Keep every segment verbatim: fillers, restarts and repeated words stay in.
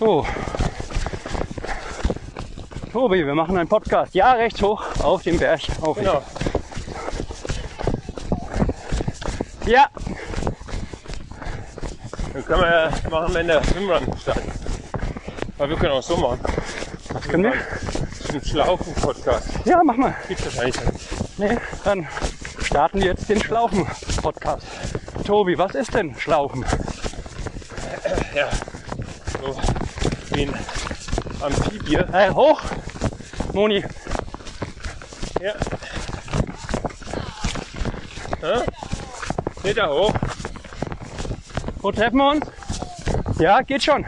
So. Tobi, wir machen einen Podcast. Ja, rechts hoch auf den Berg. Auf Genau. Ja. Dann können wir ja machen, wenn der Swimrun startet. Aber wir können auch so machen. Was können wir? Ein Schlaufen-Podcast. Ja, mach mal. Gibt's wahrscheinlich nicht. Nee, dann starten wir jetzt den Schlaufen-Podcast. Tobi, was ist denn Schlaufen? Ja, so wie ein Amphibie. Hey, hoch! Moni. Ja. Ja? Geht da hoch? Wo treffen wir uns? Ja, geht schon.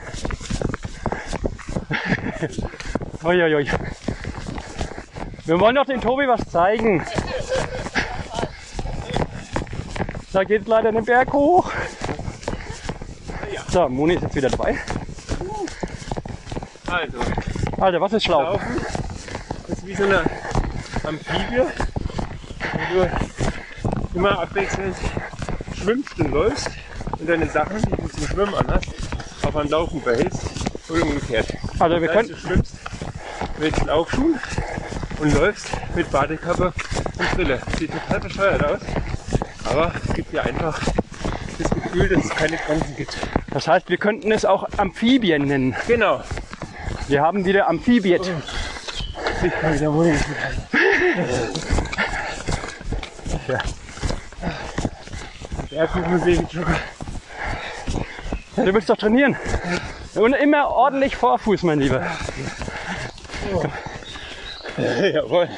Uiuiui. Wir wollen doch den Tobi was zeigen. Da geht es leider den Berg hoch. So, Moni ist jetzt wieder dabei. Also, Alter, was ist Schlaufen? Laufen ist wie so eine Amphibie, wo du immer abwechselnd schwimmst und läufst und deine Sachen, die du zum Schwimmen anhast, auf ein Laufen behältst oder umgekehrt. Also wir Das heißt, können, du schwimmst mit Laufschuhen und läufst mit Badekappe und Brille. Sieht total bescheuert aus, aber es gibt dir einfach das Gefühl, dass es keine Grenzen gibt. das heißt, wir könnten es auch Amphibien nennen. Genau. Wir haben wieder amphibiert. Ich kann wieder wohl nicht Ja. Berghoch-Baby-Jogger. Ja, du willst doch trainieren. Und immer ordentlich Vorfuß, mein Lieber. Jawohl.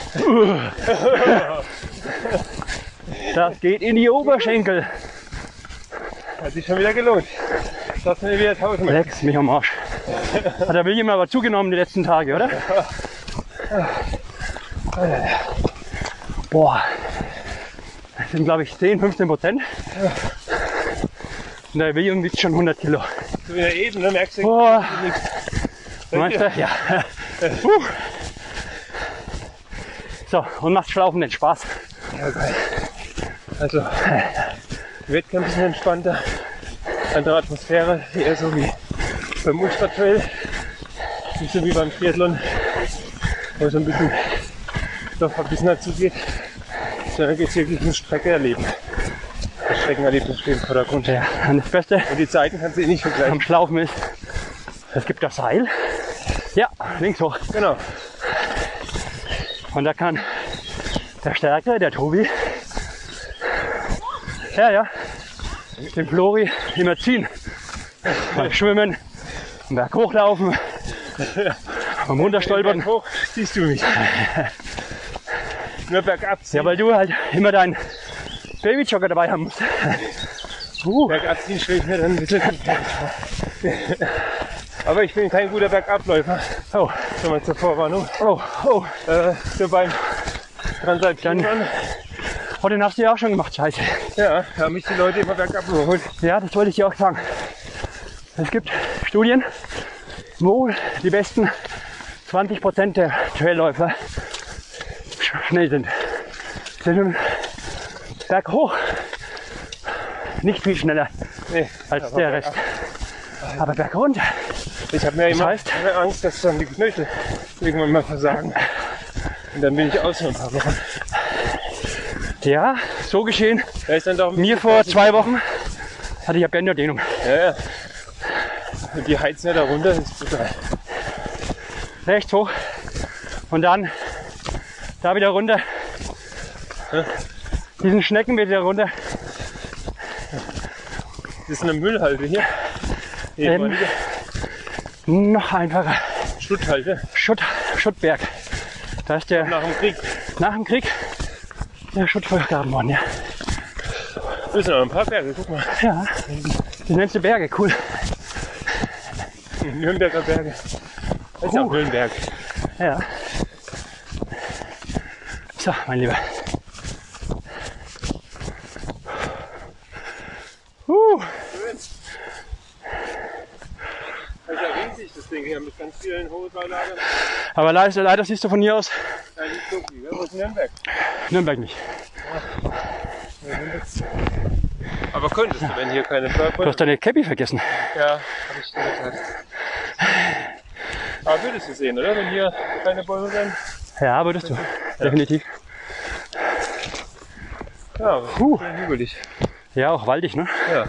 Das geht in die Oberschenkel. Hat sich schon wieder gelohnt. Das mir wieder tausend. Lex mich am Arsch. Hat der William aber zugenommen die letzten Tage, oder? Boah. Das sind glaube ich zehn, fünfzehn Prozent. Und der William wiegt schon hundert Kilo. So in der Ebene merkst du Boah. nichts. Meinst du? Ja. Puh. So, und macht Schlaufen den Spaß. Ja, geil. Also, Wettkampf ist entspannter. Andere Atmosphäre, eher so wie beim Ultra-Trail. Nicht so wie beim Triathlon, wo es ein bisschen stoffverbissener zugeht. Sondern geht es wirklich ums Streckenerleben. Das Streckenerlebnis steht im Vordergrund. Ja, und das Beste Und die Zeiten kannst du eh nicht vergleichen. am Schlaufen ist, es gibt das Seil. Ja, links hoch. Genau. Und da kann der Stärkere, der Tobi, ja, ja, den Flori immer ziehen. Beim Schwimmen, am Berg hochlaufen, beim Runterstolpern. Berg hoch siehst du mich. Nur bergab ziehen. Ja, weil du halt immer deinen Babyjogger dabei haben musst. Uh. Bergab ziehen stelle ich mir dann ein bisschen gefährlich vor. Aber ich bin kein guter Bergabläufer. Oh, Schon mal zur Vorwarnung. oh, oh. Äh, so beim Transalpinen. Dann- Oh, den hast du ja auch schon gemacht, scheiße. Ja, da haben mich die Leute immer bergab geholt. Ja, das wollte ich dir auch sagen. Es gibt Studien, wo die besten zwanzig Prozent der Trailläufer sch- schnell sind. Sind berghoch nicht viel schneller Nee, als aber der bergab. Rest. Aber bergunter. Ich habe mir immer heißt? immer Angst, dass dann die Knöchel irgendwann mal versagen. Und dann bin ich aus für ein paar Wochen. Ja, so geschehen. Da ist dann doch ein Mir bisschen vor Vorsicht. zwei Wochen hatte ich ja Bänderdehnung. Ja, ja. Und die heizen ja da runter, das ist brutal. Rechts hoch und dann da wieder runter. Diesen Schnecken wieder runter. Das ist eine Müllhalde hier. Ähm, Ehemalige Noch einfacher. Schutthalde. Schutt, Schuttberg. Da ist der Nach dem Krieg. nach dem Krieg der Schutt vergraben worden. Ja, Das sind aber ein paar Berge, guck mal. ja. Die nennst du Berge, cool. Nürnberger Berge. Das ist ja Uh. auch Höhenberg. Ja. So, mein Lieber. Uh, Das ist ja riesig, das Ding hier, mit ganz vielen Hochbaulagern. aber leider, leider siehst du von hier aus Ja, nicht so viel. Wo ist Nürnberg? Nürnberg nicht. Aber könntest du, wenn hier keine Du Förder. hast deine Cappy vergessen. Ja, hab ich schon gesagt. Aber würdest du sehen, oder? Wenn hier keine Bäume wären? Ja, würdest du. Definitiv. Ja, Puh. schön hügelig. Ja, auch waldig, ne? Ja.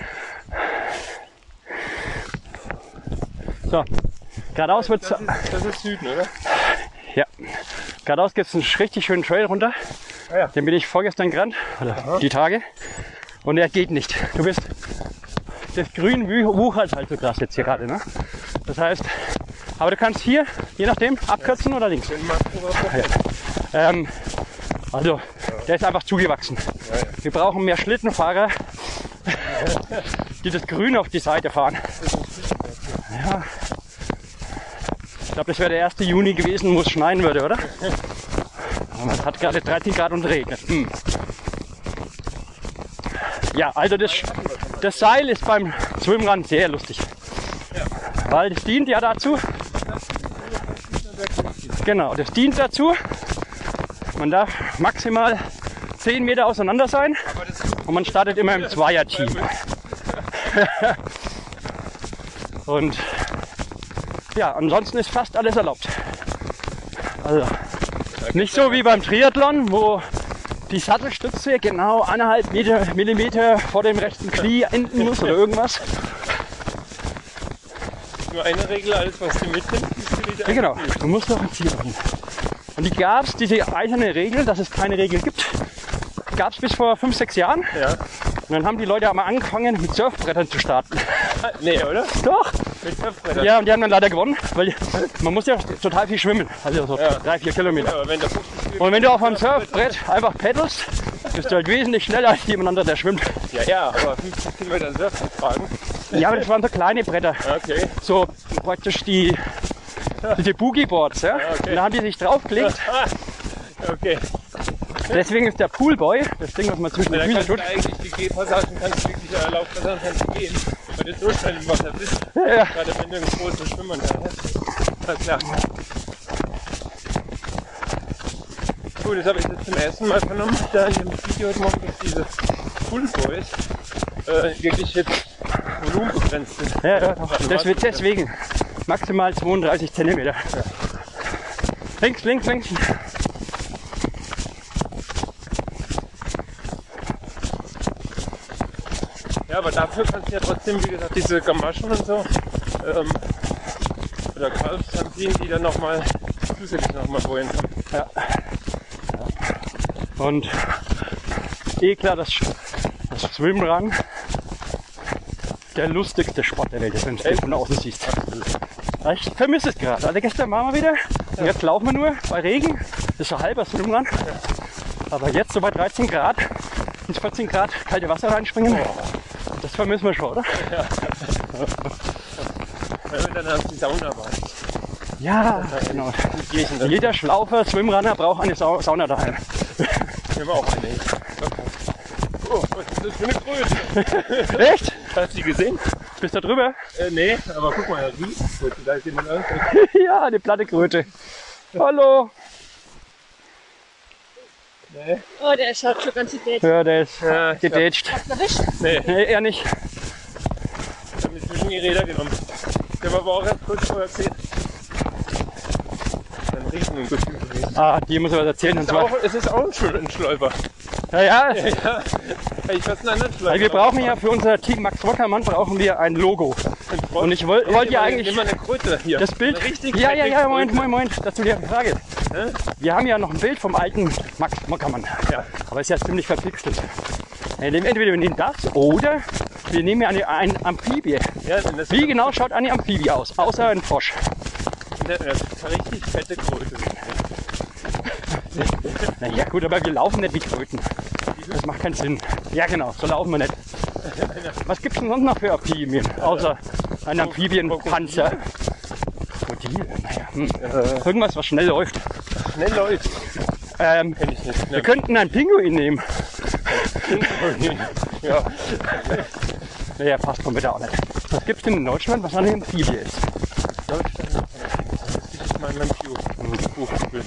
So, geradeaus wird's. Das ist, das ist Süden, oder? Ja, geradeaus gibt es einen richtig schönen Trail runter. Ah, ja. Den bin ich vorgestern gerannt, oder Aha. die Tage. Und der geht nicht. Du bist, das Grün wuch- wuchert halt so krass jetzt hier gerade, ne? Das heißt, aber du kannst hier, je nachdem, abkürzen oder links. Den machst du aber Ja. Ähm, also, der ist einfach zugewachsen. Ja, ja. Wir brauchen mehr Schlittenfahrer, die das Grün auf die Seite fahren. Ja. Ich glaube, das wäre der erste Juni gewesen, wo es schneien würde, oder? Aber es hat gerade dreizehn Grad und regnet. Hm. Ja, also das, das Seil ist beim Schwimmrand sehr lustig. Weil das dient ja dazu. Genau, das dient dazu. Man darf maximal zehn Meter auseinander sein und man startet immer im Zweierteam. Und ja, ansonsten ist fast alles erlaubt. Also nicht so wie beim Triathlon, wo die Sattelstütze genau eineinhalb Meter, Millimeter vor dem rechten Knie enden muss oder irgendwas. Nur eine Regel, alles was du mitnimmst, ist für dich Ja, genau, du musst noch ein Ziel haben. Und die gab es, diese eiserne Regel, dass es keine Regel gibt, gab es bis vor fünf, sechs Jahren. Ja. Und dann haben die Leute einmal angefangen, mit Surfbrettern zu starten. Nee, oder? Doch! Mit Surfbrettern. Ja, und die haben dann leider gewonnen, weil man muss ja total viel schwimmen, also so Ja. drei, vier Kilometer. Aber wenn der fünfzig Und wenn du auf einem Surfbrett einfach peddelst, bist du halt wesentlich schneller als jemand anderer, der schwimmt. Ja, ja, aber fünfzig Kilometer Surfen fahren. Ja, aber das waren so kleine Bretter, Okay. so praktisch die, die Boogieboards, ja? okay. Und da haben die sich draufgelegt. Ah, okay. Deswegen ist der Poolboy, das Ding, was man zwischen Ja, den dann Füßen kannst du tut. eigentlich die Gehpassagen kannst du wirklich erlaubt Passagen kannst du gehen, weil du so schnell im Wasser bist. Ja, ja. Gerade wenn du im großen Schwimmer da hast. Na klar. Gut, das habe ich jetzt zum ersten Mal vernommen, da in dem Video heute Morgen, dass diese Poolboys äh, wirklich jetzt volumenbegrenzt sind. Ja, ja, doch. Das wird deswegen maximal zweiunddreißig Zentimeter. Links, links, links. Ja, aber dafür kannst du ja trotzdem, wie gesagt, diese Gamaschen und so, ähm, oder Kalbstampinen, die dann nochmal zusätzlich nochmal Bojen haben. Ja. Und eh klar, das, das Schwimmrad der lustigste Sport der Welt ist, wenn du es von außen siehst. Ja, ich vermisse es gerade. Also gestern waren wir wieder und jetzt laufen wir nur bei Regen. Das ist so halber Schwimmrad. Aber jetzt so bei dreizehn Grad ins vierzehn Grad kalte Wasser reinspringen, das vermissen wir schon, oder? Weil wir dann haben die Sauna waren. Ja, genau. Kirchen dann. Jeder schlaufe Schwimmradler braucht eine Sau Sauna daheim. Wir haben auch eine. Oh, was ist das für eine Größe? Echt? Hast du die gesehen? Bist du da drüber? Äh, nee, aber guck mal, da riecht da ist jemand anderes. Ja, eine platte Kröte. Hallo. Nee. Oh, der schaut schon ganz ident. Ja, der ist Ja, ich gedätscht. Hast du erwischt? Nee, Nee, er nicht. ich habe mir zwischen die Räder genommen. Ich habe aber auch erst kurz vorher gesehen. Ein Riesenungefühl gewesen. Ah, die muss ich was erzählen. Und Es ist zwar, auch, es ist auch ein Schul- ein Schläufer. ja, ja, Ja, ich weiß einen anderen Schläufer. weil wir brauchen ja für unser Team Max Wockermann brauchen wir ein Logo. Und ich wollte wollt ja eigentlich Nimm mal eine Kröte hier. das Bild. Eine richtig Ja, ja, ja, fette Moment, Kröte. Moment, Moment. Dazu die Frage. Wir haben ja noch ein Bild vom alten Max Wockermann. Ja. Aber ist ja ziemlich verpixelt. Wir nehmen- Entweder wir nehmen das oder wir nehmen ja eine, ein Amphibie. Ja, das Wie genau schaut eine Amphibie aus? Außer ein Frosch. Das ist eine richtig fette Kröte. Naja gut, aber wir laufen nicht wie Kröten. Das macht keinen Sinn. Ja genau, so laufen wir nicht. Was gibt es denn sonst noch für Amphibien? Außer ein Amphibienpanzer. Krokodil, naja. Hm. Irgendwas, was schnell läuft. Schnell läuft. Ähm, Kenn ich nicht. wir könnten einen Pinguin nehmen. Ja. Naja, passt vom Wetter auch nicht. Was gibt es denn in Deutschland, was eine Amphibie ist? Deutschland. Das ist mal in meinem Buch. Google.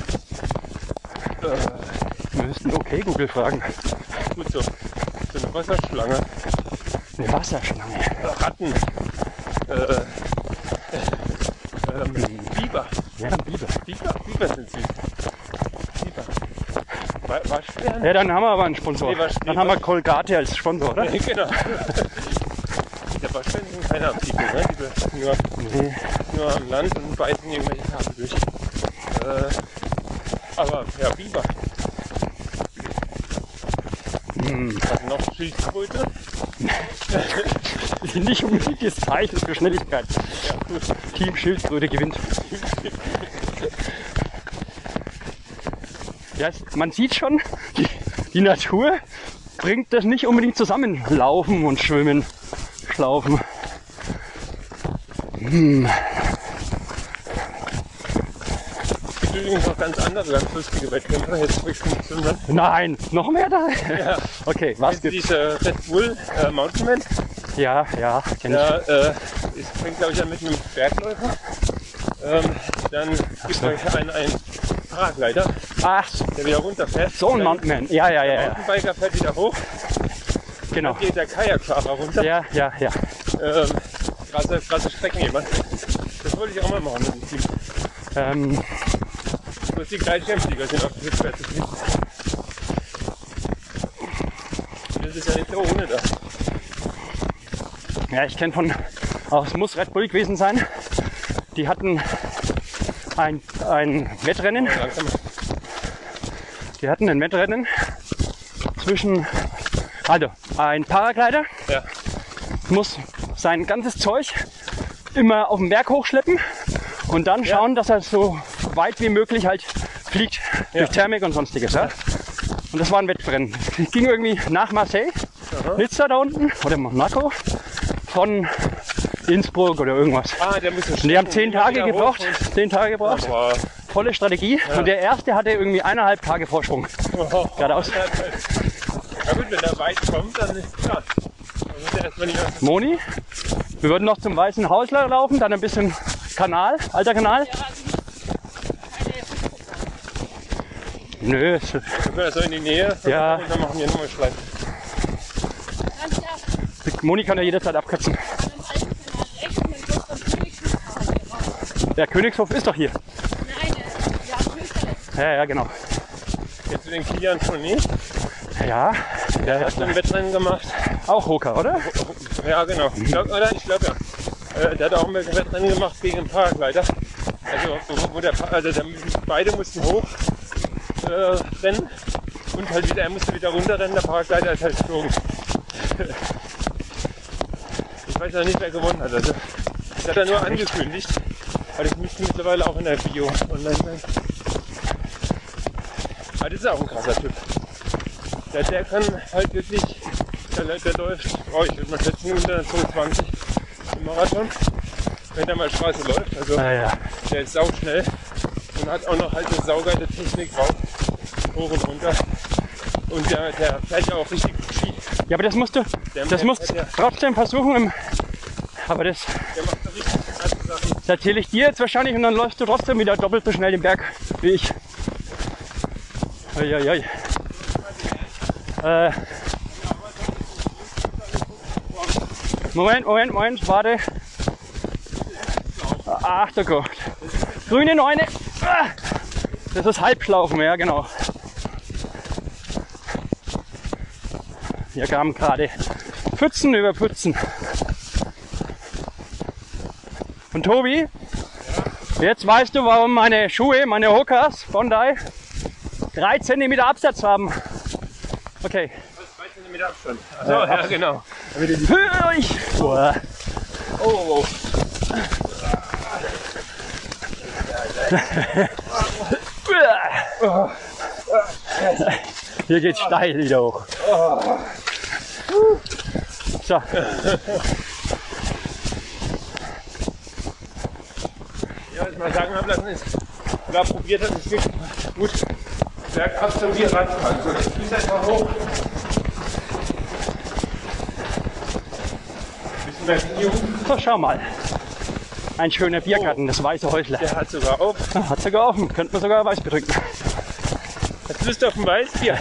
Wir müssten okay Google fragen. Gut so. So eine Wasserschlange. Eine Wasserschlange. Ratten. Äh, ähm, Biber sind süß. Biber. War, war schwer. Ja, dann haben wir aber einen Sponsor. Nee, war- dann nee, haben war- wir Colgate als Sponsor, oder? Genau. Der Waschbären sind keine Amtiefe, ne? Die sind nur, Nee. nur am Land und beißen irgendwelche Kabel durch. Äh, aber ja, Biber. Hm. Was noch? Schildkröte? Nicht unbedingt das Zeichen für Schnelligkeit. Ja, gut. Team Schildkröte gewinnt. Ja, es- man sieht schon, die, die Natur bringt das nicht unbedingt zusammen. Laufen und Schwimmen, Schlaufen. Hm. Es gibt übrigens noch ganz andere, ganz lustige Wettkämpfe. Jetzt sprichst du nicht zu ne? Nein, noch mehr da? Ja. Okay, was Kennst du gibt's? diese Red Bull äh, Mountainman? Ja, ja, kenn ich. Ja, äh, es fängt glaube ich an mit einem Bergläufer. Ähm, dann gibt es einen, einen Paraglider, Ach, der wieder runterfährt. so ein Dann Mountainman. Ja, ja, Der ja, ja. Mountainbiker fährt wieder hoch, Genau. dann geht der Kajakfahrer runter. Ja, ja, ja. Ähm, krasse, krasse Strecken jemand. Das wollte ich auch mal machen mit dem Team. Ähm, Bloß die Gleitschirmflieger sind auf dem Hüpfwert zu finden. Das ist ja nicht so ohne da. ja, ich kenne von, auch es muss Red Bull gewesen sein. Die hatten ein, ein Wettrennen. Langsam. Die hatten ein Wettrennen zwischen, also ein Paraglider Ja. muss sein ganzes Zeug immer auf den Berg hochschleppen und dann Ja. schauen, dass er so weit wie möglich halt fliegt durch Thermik und sonstiges. Ja? Und das war ein Wettrennen. Es ging irgendwie nach Marseille, Aha. Nizza da unten oder Monaco, von Innsbruck oder irgendwas. Ah, der muss so Und die haben zehn immer Tage wieder gebraucht, hoch zehn Tage gebraucht, und- Boah. volle Strategie. Und der erste hatte irgendwie eineinhalb Tage Vorsprung. Geradeaus. Ja gut, wenn er weit kommt, dann ist klar. Dann muss er erstmal nicht aus. Moni, wir würden noch zum Weißen Haus laufen, dann ein bisschen Kanal, alter Kanal. Nö, es- Wir können so in die Nähe Ja. und dann machen wir nochmal Schleifen. Ganz ja, Moni kann ja jederzeit abkürzen. am alten Kanal rechts und dann bloß am Königshof. Der Königshof ist doch hier. Nein, äh, ja, Klösterle. Ja, ja, genau. Jetzt den Kilian Fournier. Ja, Der hat ein Wettrennen gemacht. auch Hoka, oder? Ja, genau. Ich glaube, oder? Ich glaube ja. Äh, der hat auch ein Wettrennen gemacht gegen einen Paraglider. Also, wo, wo der, Pa- also der, beide mussten hoch äh, rennen und halt wieder, er musste wieder runterrennen. Der Paraglider ist halt geflogen. Ich weiß ja nicht, wer gewonnen hat. Also, das hat er nur angekündigt. Aber das müsste mittlerweile auch in der Bio online sein. Aber das ist auch ein krasser Typ. Der, der kann halt wirklich, der, der läuft, oh, ich würde mal schätzen, unter zwanzig im Marathon, wenn der mal Straße läuft. Also Ja, ja. der ist sauschnell und hat auch noch halt eine saugeile Technik drauf, hoch und runter. Und der, der fährt ja auch richtig gut Ski. Ja, aber das musst du, Der das musst der, trotzdem versuchen. Im, aber das, der macht da richtig krasse Sachen. das erzähle ich dir jetzt wahrscheinlich und dann läufst du trotzdem wieder doppelt so schnell den Berg wie ich. Uiuiui. Äh, Moment, Moment, Moment, warte. Ach du Gott. Grüne Neune. Ah, das ist Halbschlaufen, ja genau. Hier kamen gerade Pfützen über Pfützen. Und Tobi, jetzt weißt du, warum meine Schuhe, meine Hokas, Bondi, drei Zentimeter Absatz haben. Okay. zwei Zentimeter Abstand. Achso, ja, genau. Hör ich. Boah. Oh, oh, Hier geht's steil wieder hoch. So. Ja, was ich mal sagen habe lassen ist, wer probiert hat, ist wirklich gut. Bergab so wie Radfahren. So, das ist einfach hoch. Bisschen mehr Video. So, schau mal. Ein schöner Biergarten, das weiße Häusle. Der hat sogar auf. Hat sogar offen, könnte man sogar Weißbier trinken. Hast du Lust auf ein Weißbier?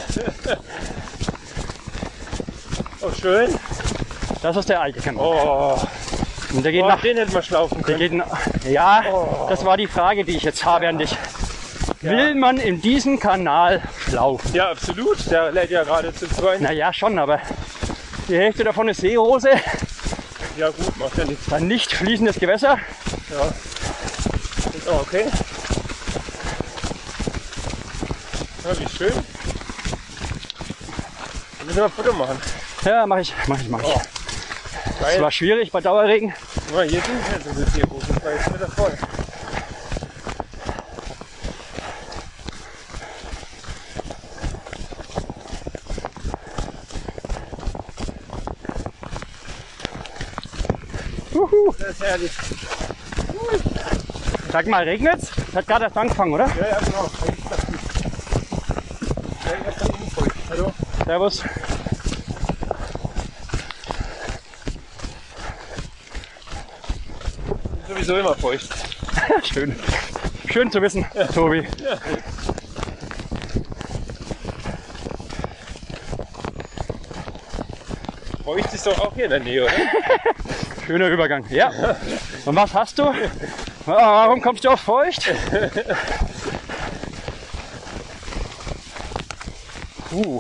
Oh, schön. Das ist der alte Kanal. Oh, Und der geht oh nach. den hätten wir schlaufen Der können. geht nach. Ja, das war die Frage, die ich jetzt habe an dich. will man in diesem Kanal laufen. Ja, absolut. Der lädt ja gerade zu zweit. Naja, schon, aber die Hälfte davon ist Seerose, Ja gut, macht ja nichts. dann nicht fließendes Gewässer. Ja. Ist auch okay. Ja, wie schön. Wir müssen mal ein Foto machen. Ja, mach ich, mach ich, mach ich. Oh, Es geil. war schwierig bei Dauerregen. Guck mal, hier sind wir so viel groß. Das war jetzt wieder voll. Uhu. Das ist herrlich. Sag mal, regnet's? Hat gerade erst angefangen, oder? Ja, ja, genau. Eigentlich das gut. Ja, ich hab keinen Unfall. Hallo? Servus. Ist sowieso immer feucht. Schön. Schön zu wissen, Tobi. Ja. Feucht ist doch auch hier in der Nähe, oder? Schöner Übergang. Ja. Und was hast du? Warum kommst du auf feucht? Uh.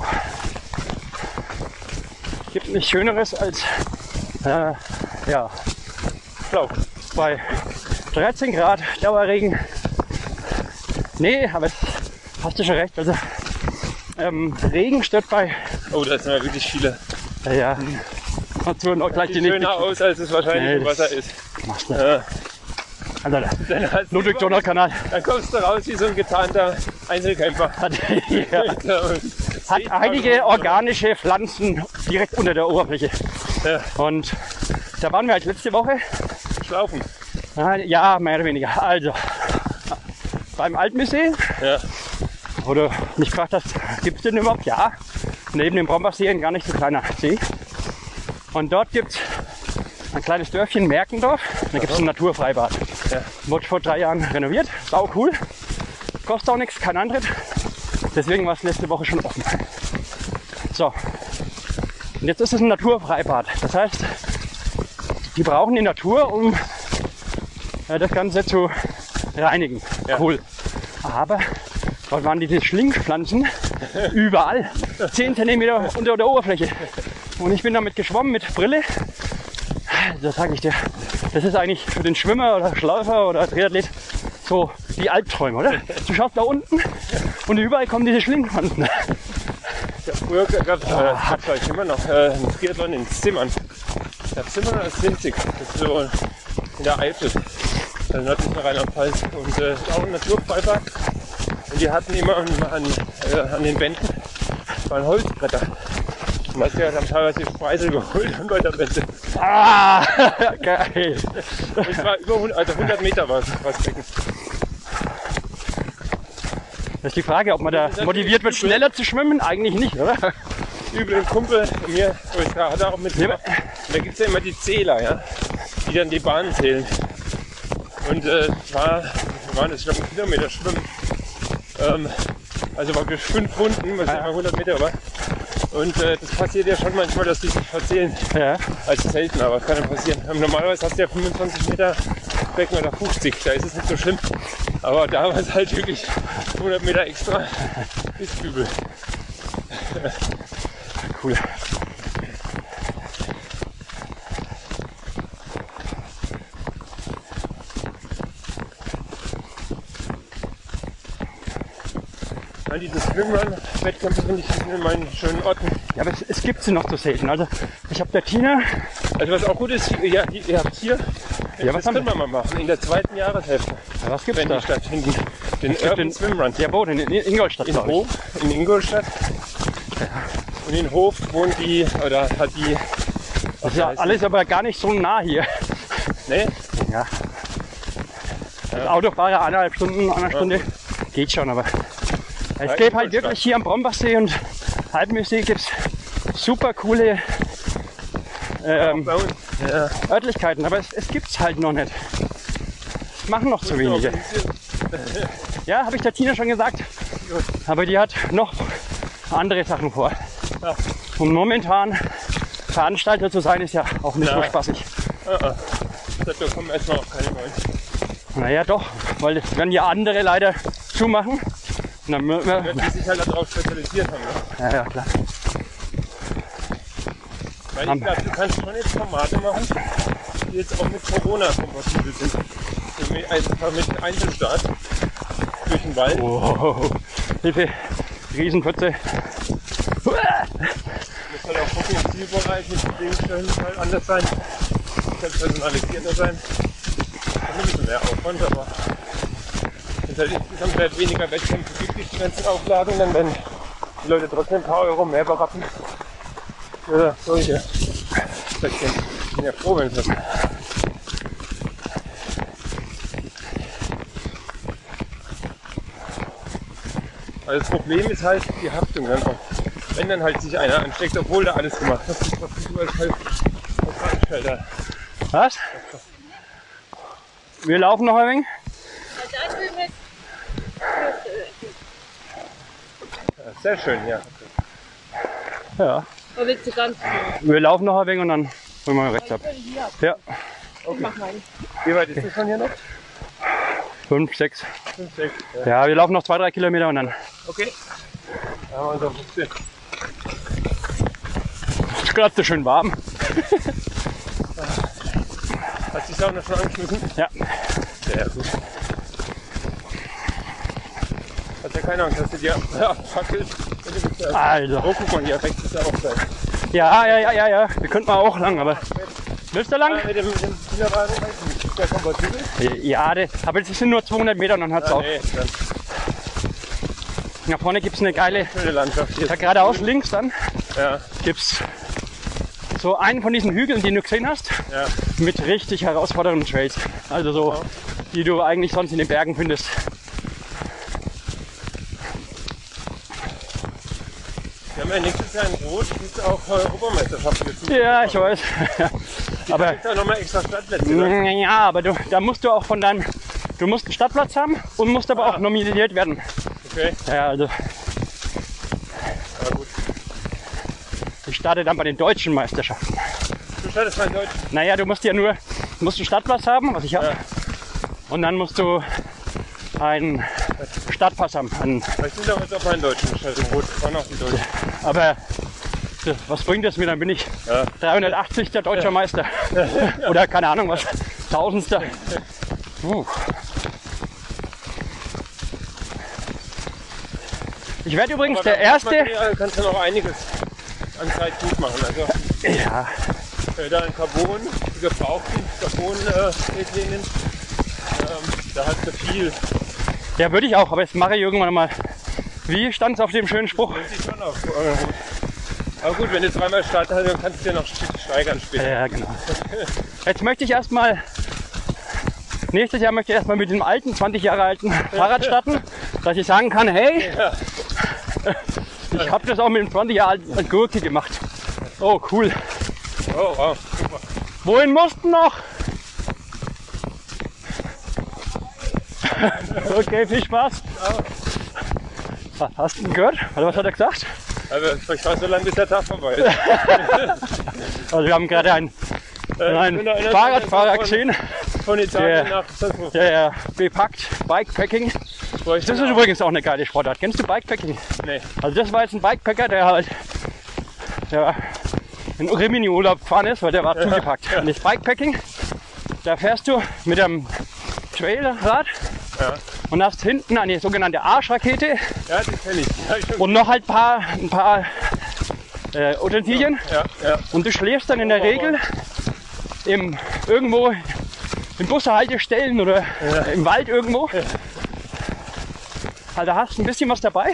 Gibt nichts Schöneres als äh, ja, Schlau. bei dreizehn Grad Dauerregen. Nee, aber es, hast du schon recht. Also ähm, Regen stört bei Oh, da sind ja wirklich viele. äh, ja, Natur noch gleich die Sieht nächste. schöner aus, als es wahrscheinlich Nee, im das- Wasser ist. Machst du. Ja. Also, der Dann, hast du- Ludwig-Donald-Kanal dann kommst du raus wie so ein getarnter Einzelkämpfer. hat, ja, hat einige organische Pflanzen direkt unter der Oberfläche. Ja. Und da waren wir halt letzte Woche. Schlaufen. Ja, mehr oder weniger. Also, beim Altmühlsee, Ja. wo du mich gefragt hast, gibt es den überhaupt? Ja. Neben dem Brombachsee ein gar nicht so kleiner See. Und dort gibt es ein kleines Dörfchen, Merkendorf. Da gibt es ein Naturfreibad. Ja. Wurde vor drei Jahren renoviert. Sau cool. Kostet auch nichts, kein Antritt. Deswegen war es letzte Woche schon offen. So. Und jetzt ist es ein Naturfreibad. Das heißt, die brauchen die Natur, um äh, das Ganze zu reinigen. Ja. Cool. Aber dort waren diese Schlingpflanzen überall. zehn Zentimeter unter der Oberfläche. Und ich bin damit geschwommen mit Brille. Das sage ich dir. Das ist eigentlich für den Schwimmer oder Schläufer oder Triathlet so die Albträume, oder? Du schaust da unten und überall kommen diese Schlingpflanzen. Ja, früher gab es äh, vielleicht immer noch äh, einen Triathlon in Zimmern. Ja, Zimmern ist winzig. Das ist so in der Eifel. Also nördlich von Rheinland-Pfalz. Und äh, ist auch ein Naturfreibad. Und die hatten immer an, an, äh, an den Wänden waren Holzbretter. Und das ja dann teilweise Speisel geholt und weiter Wände. Ah, geil. Und es war über hundert, also hundert Meter war es das Becken. Das ist die Frage, ob man da motiviert wird, schneller zu schwimmen. Eigentlich nicht, oder? Übel ein Kumpel von mir, wo ich da hatte auch mit. Ja. Da gibt es ja immer die Zähler, ja, die dann die Bahnen zählen. Und äh, war, wir waren jetzt, ich glaube, einen Kilometer schwimmen. Ähm, also praktisch fünf Runden, was ja immer hundert Meter war. Und äh, das passiert ja schon manchmal, dass die sich verzählen. Ja. Als selten, aber kann ja passieren. Ähm, normalerweise hast du ja fünfundzwanzig Meter Becken oder fünfzig, da ist es nicht so schlimm. Aber da war es halt wirklich hundert Meter extra. Ist übel. Cool. An diese Swimrun-Wettkämpfe finde ich in meinen schönen Orten. Ja, aber es, es gibt sie noch zu selten. Also ich habe der Tina, Also was auch gut ist, ja, die- ihr habt hier, Ja, was das haben können wir mal machen, in der zweiten Jahreshälfte, ja, was gibt's wenn da? die stattfinden. Den gibt Urban den- Swimrun. Der Boot in, in Ingolstadt, In glaub ich. Hof, in Ingolstadt. Und in Hof wohnt die, oder hat die, Das ist ja alles aber gar nicht so nah hier. ne? Ja. Das Autofahrer eineinhalb Stunden, eine Stunde geht schon, aber es Ja, gibt halt Ingolstadt. wirklich hier am Brombachsee und Halbmühlsee gibt's super coole ähm, Bei uns. Ja. Örtlichkeiten, aber es, es gibt's halt noch nicht. Es machen noch zu wenige. Ja, habe ich der Tina schon gesagt. Aber die hat noch andere Sachen vor. Ja. Und momentan Veranstalter zu sein, ist ja auch nicht Ja. so spaßig. Uh -uh. Da kommen erstmal auch keine neuen. Naja doch, weil das werden ja andere leider zumachen. Und dann, äh, Wenn die sich halt darauf spezialisiert haben. Ne? ja, ja, klar. Weil ich glaube, du kannst schon jetzt Formate machen, die jetzt auch mit Corona kompatibel sind. Mit, einfach mit Einzelstart durch den Wald. Oh, Hilfe, Riesenpfütze. Du musst halt auch gucken, im Zielbereich, die Bedingungen müssen halt anders sein. Es kann personalisierter sein. Das ist ein bisschen mehr Aufwand, aber wenn es halt insgesamt halt weniger Wettkämpfe gibt, die Grenzenaufladung, dann werden die Leute trotzdem ein paar Euro mehr berappen für solche Wettkämpfe. Ich bin ja froh, wenn es das ist. Also das Problem ist halt die Haftung dann auch. Wenn dann halt sich einer ansteckt, obwohl der alles gemacht hat, was du als, halt, als Veranstalter. Was? Wir laufen noch ein wenig. Ja, da drüben ist Ja, sehr schön, ja. Ja. Oder willst du ganz Wir laufen noch ein wenig und dann holen wir rechts ab. hier? Ja, Ich mach mal. Wie weit ist das von hier noch? fünf, sechs. fünf, sechs. Ja. Ja, wir laufen noch zwei, drei Kilometer und dann Okay. Da haben wir uns auf fünfzehn. ist gerade so schön warm. Hast du die Sauna schon angeschmissen? Ja. Sehr gut. Hat ja keine Angst, dass du dir abfackelt. Also. Oh, guck mal, hier rechts ist der Aufzeit. Ja, ja, ja, ja, ja. Wir könnten mal auch lang, aber. Willst du lang? Ah, mit dem, mit dem Kinderwagen, weiß ich nicht. Ist der kompatibel? Ja, das, aber es sind nur zweihundert Meter und dann hat's Ah, auch. nee, dann Da vorne gibt es eine geile, schöne Landschaft hier. da geradeaus links dann Ja, gibt es so einen von diesen Hügeln, die du gesehen hast, ja. mit richtig herausfordernden Trails. Also so, die du eigentlich sonst in den Bergen findest. Wir haben ja nächstes Jahr in Rot, gibt es auch Europameisterschaften dazu. Ja, ich weiß. Aber Gibt da nochmal extra Stadtplätze, ne? ja, aber du, da musst du auch von deinem, du musst einen Stadtplatz haben und musst aber Ah. auch nominiert werden. Okay, Ja, also aber gut. ich starte dann bei den deutschen Meisterschaften. Du startest mal in Deutsch. Naja, du musst ja nur, du musst einen Stadtplatz haben, was ich habe. Ja. Und dann musst du einen Stadtpass haben. Einen, Vielleicht sind auch jetzt auch mal in Deutschen gestartet, in Rot. Waren auch die Deutschen. aber das- was bringt das mir? Dann bin ich Ja. dreihundertachtzig der deutscher Meister. Oder keine Ahnung was, Tausendster. Uh. Ich werde übrigens Aber der mit Erste. Material kannst du noch einiges an Zeit gut machen. Also Ja, äh, da in Carbon, die gebrauchten Carbon-Tretlinien, ähm, da hast du viel. ja, würde ich auch, aber jetzt mache ich irgendwann mal. Wie stand es auf dem schönen Spruch? Das sieht schon auf. Äh, aber gut, wenn du dreimal starten hast, dann kannst du dir noch steigern später. Ja, genau. Jetzt möchte ich erstmal, nächstes Jahr möchte ich erstmal mit dem alten, zwanzig Jahre alten Fahrrad starten, dass ich sagen kann, hey, ich habe das auch mit dem zwanzig Jahre alten Gurke gemacht. Oh, cool. Oh, wow, super. Wohin mussten noch? Okay, viel Spaß. Hast du ihn gehört? Oder was hat er gesagt? Also ich war so lange, bis der Tag vorbei ist. Also wir haben gerade einen, Äh, einen ich bin da in der Fahrradfahrer Zeit gesehen, Von Italien Der- nach Salzburg. der bepackt Bikepacking. Wo ich Das ist bin auch- übrigens auch eine geile Sportart. Kennst du Bikepacking? Nee. Also das war jetzt ein Bikepacker, der halt der in Rimini-Urlaub gefahren ist, weil der war zugepackt. Und das Bikepacking, da fährst du mit einem Trailrad Ja. und hast hinten eine sogenannte Arschrakete Ja, die kenne ich. Die hab ich schon und noch halt paar, ein paar äh, Utensilien. Ja, ja. Und du schläfst dann in der Regel im, irgendwo in Bushaltestellen oder im Wald irgendwo. Also hast ein bisschen was dabei.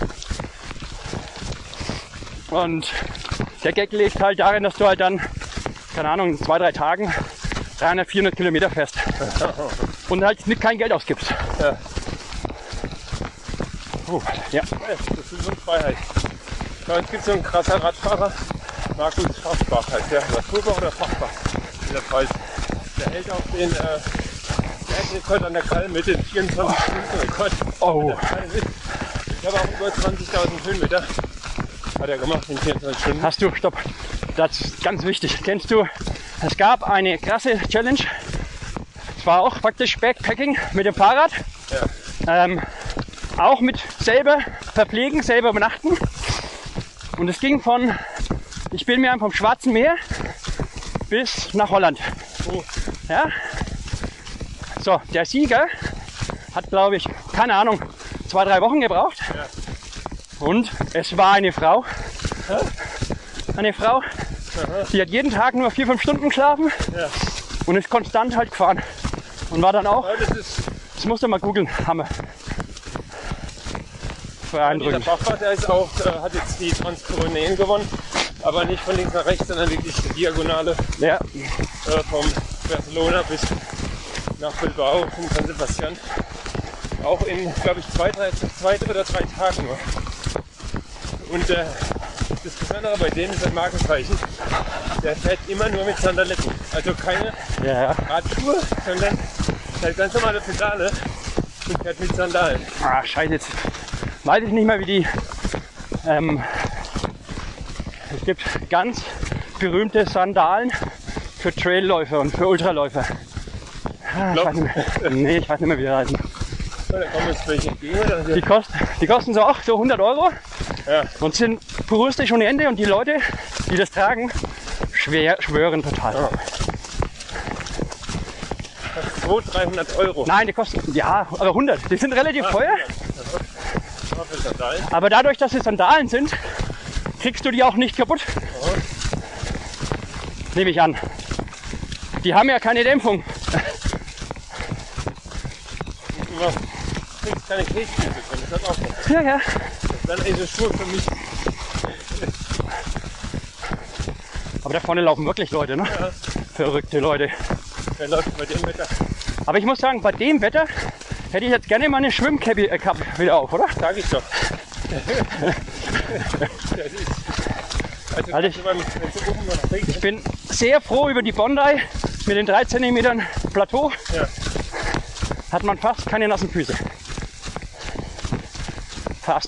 Und der Gag liegt halt darin, dass du halt dann, keine Ahnung, in zwei, drei Tagen dreihundert, vierhundert Kilometer fährst. Und halt nicht kein Geld ausgibst. Ja. Oh, ja. Das ist so eine Freiheit. Bei uns gibt es so einen krasser Radfahrer, Markus Schaffbach heißt der, oder Turber oder Fachbach in der Pfalz. Der hält auch den äh, Weltrekord an der Kalm mit den vierundzwanzig Stunden Rekord. Oh. Ich habe auch über zwanzigtausend Höhenmeter hat er gemacht in vierundzwanzig Stunden. Hast du, stopp, das ist ganz wichtig. Kennst du, es gab eine krasse Challenge. Es war auch praktisch Backpacking mit dem Fahrrad. Ja. Ähm, Auch mit selber verpflegen, selber übernachten. Und es ging von, ich bin mir vom Schwarzen Meer bis nach Holland. Oh. Ja? So, der Sieger hat, glaube ich, keine Ahnung, zwei, drei Wochen gebraucht. Ja. Und es war eine Frau. Hä? Eine Frau, Aha. die hat jeden Tag nur vier, fünf Stunden geschlafen Ja. und ist konstant halt gefahren. Und war dann auch, Ja, das ist, das musst du mal googeln, Hammer. dieser Beeindruckend. Bachfahrt, der ist auch, äh, hat jetzt die Transpyrenäen gewonnen, aber nicht von links nach rechts, sondern wirklich die Diagonale Ja, äh, vom Barcelona bis nach Bilbao in San Sebastian. Auch in, glaube ich, zwei, drei, zwei oder drei Tagen nur. Und äh, das Besondere bei dem ist ein Markenzeichen, der fährt immer nur mit Sandaletten. Also keine ja, ja. Radschuhe, sondern halt ganz normale Pedale und fährt mit Sandalen. Ah, scheiße, jetzt weiß ich nicht mehr, wie die. Ähm, es gibt ganz berühmte Sandalen für Trailläufer und für Ultraläufer. Ah, ich weiß nicht mehr. Nee, ich weiß nicht mehr, wie die heißen. So, da kommen uns welche entgegen. Oder? Die kosten, die kosten so auch so hundert Euro Ja. und sind puristisch ohne Ende. Und die Leute, die das tragen, schwer, schwören total. Ja. zweihundert, dreihundert Euro. Nein, die kosten, ja, aber hundert. Die sind relativ teuer, Ja, für Sandalen. aber dadurch, dass es Sandalen sind, kriegst du die auch nicht kaputt. Nehme ich an. Die haben ja keine Dämpfung. Du kriegst keine Käsefüße, das hat auch was. Ja, ja. Dann ist es Schuhe für mich. Aber da vorne laufen wirklich Leute, ne? Ja. Verrückte Leute. Wer läuft bei dem Wetter? Aber ich muss sagen, bei dem Wetter hätte ich jetzt gerne mal eine Schwimmcappe äh, Cup wieder auf, oder? Sag ich doch. Das ist, also, Also ich- wenn es oben noch regnet, Ich bin sehr froh über die Bondi mit den drei Zentimetern Plateau. ja. Hat man fast keine nassen Füße. Fast.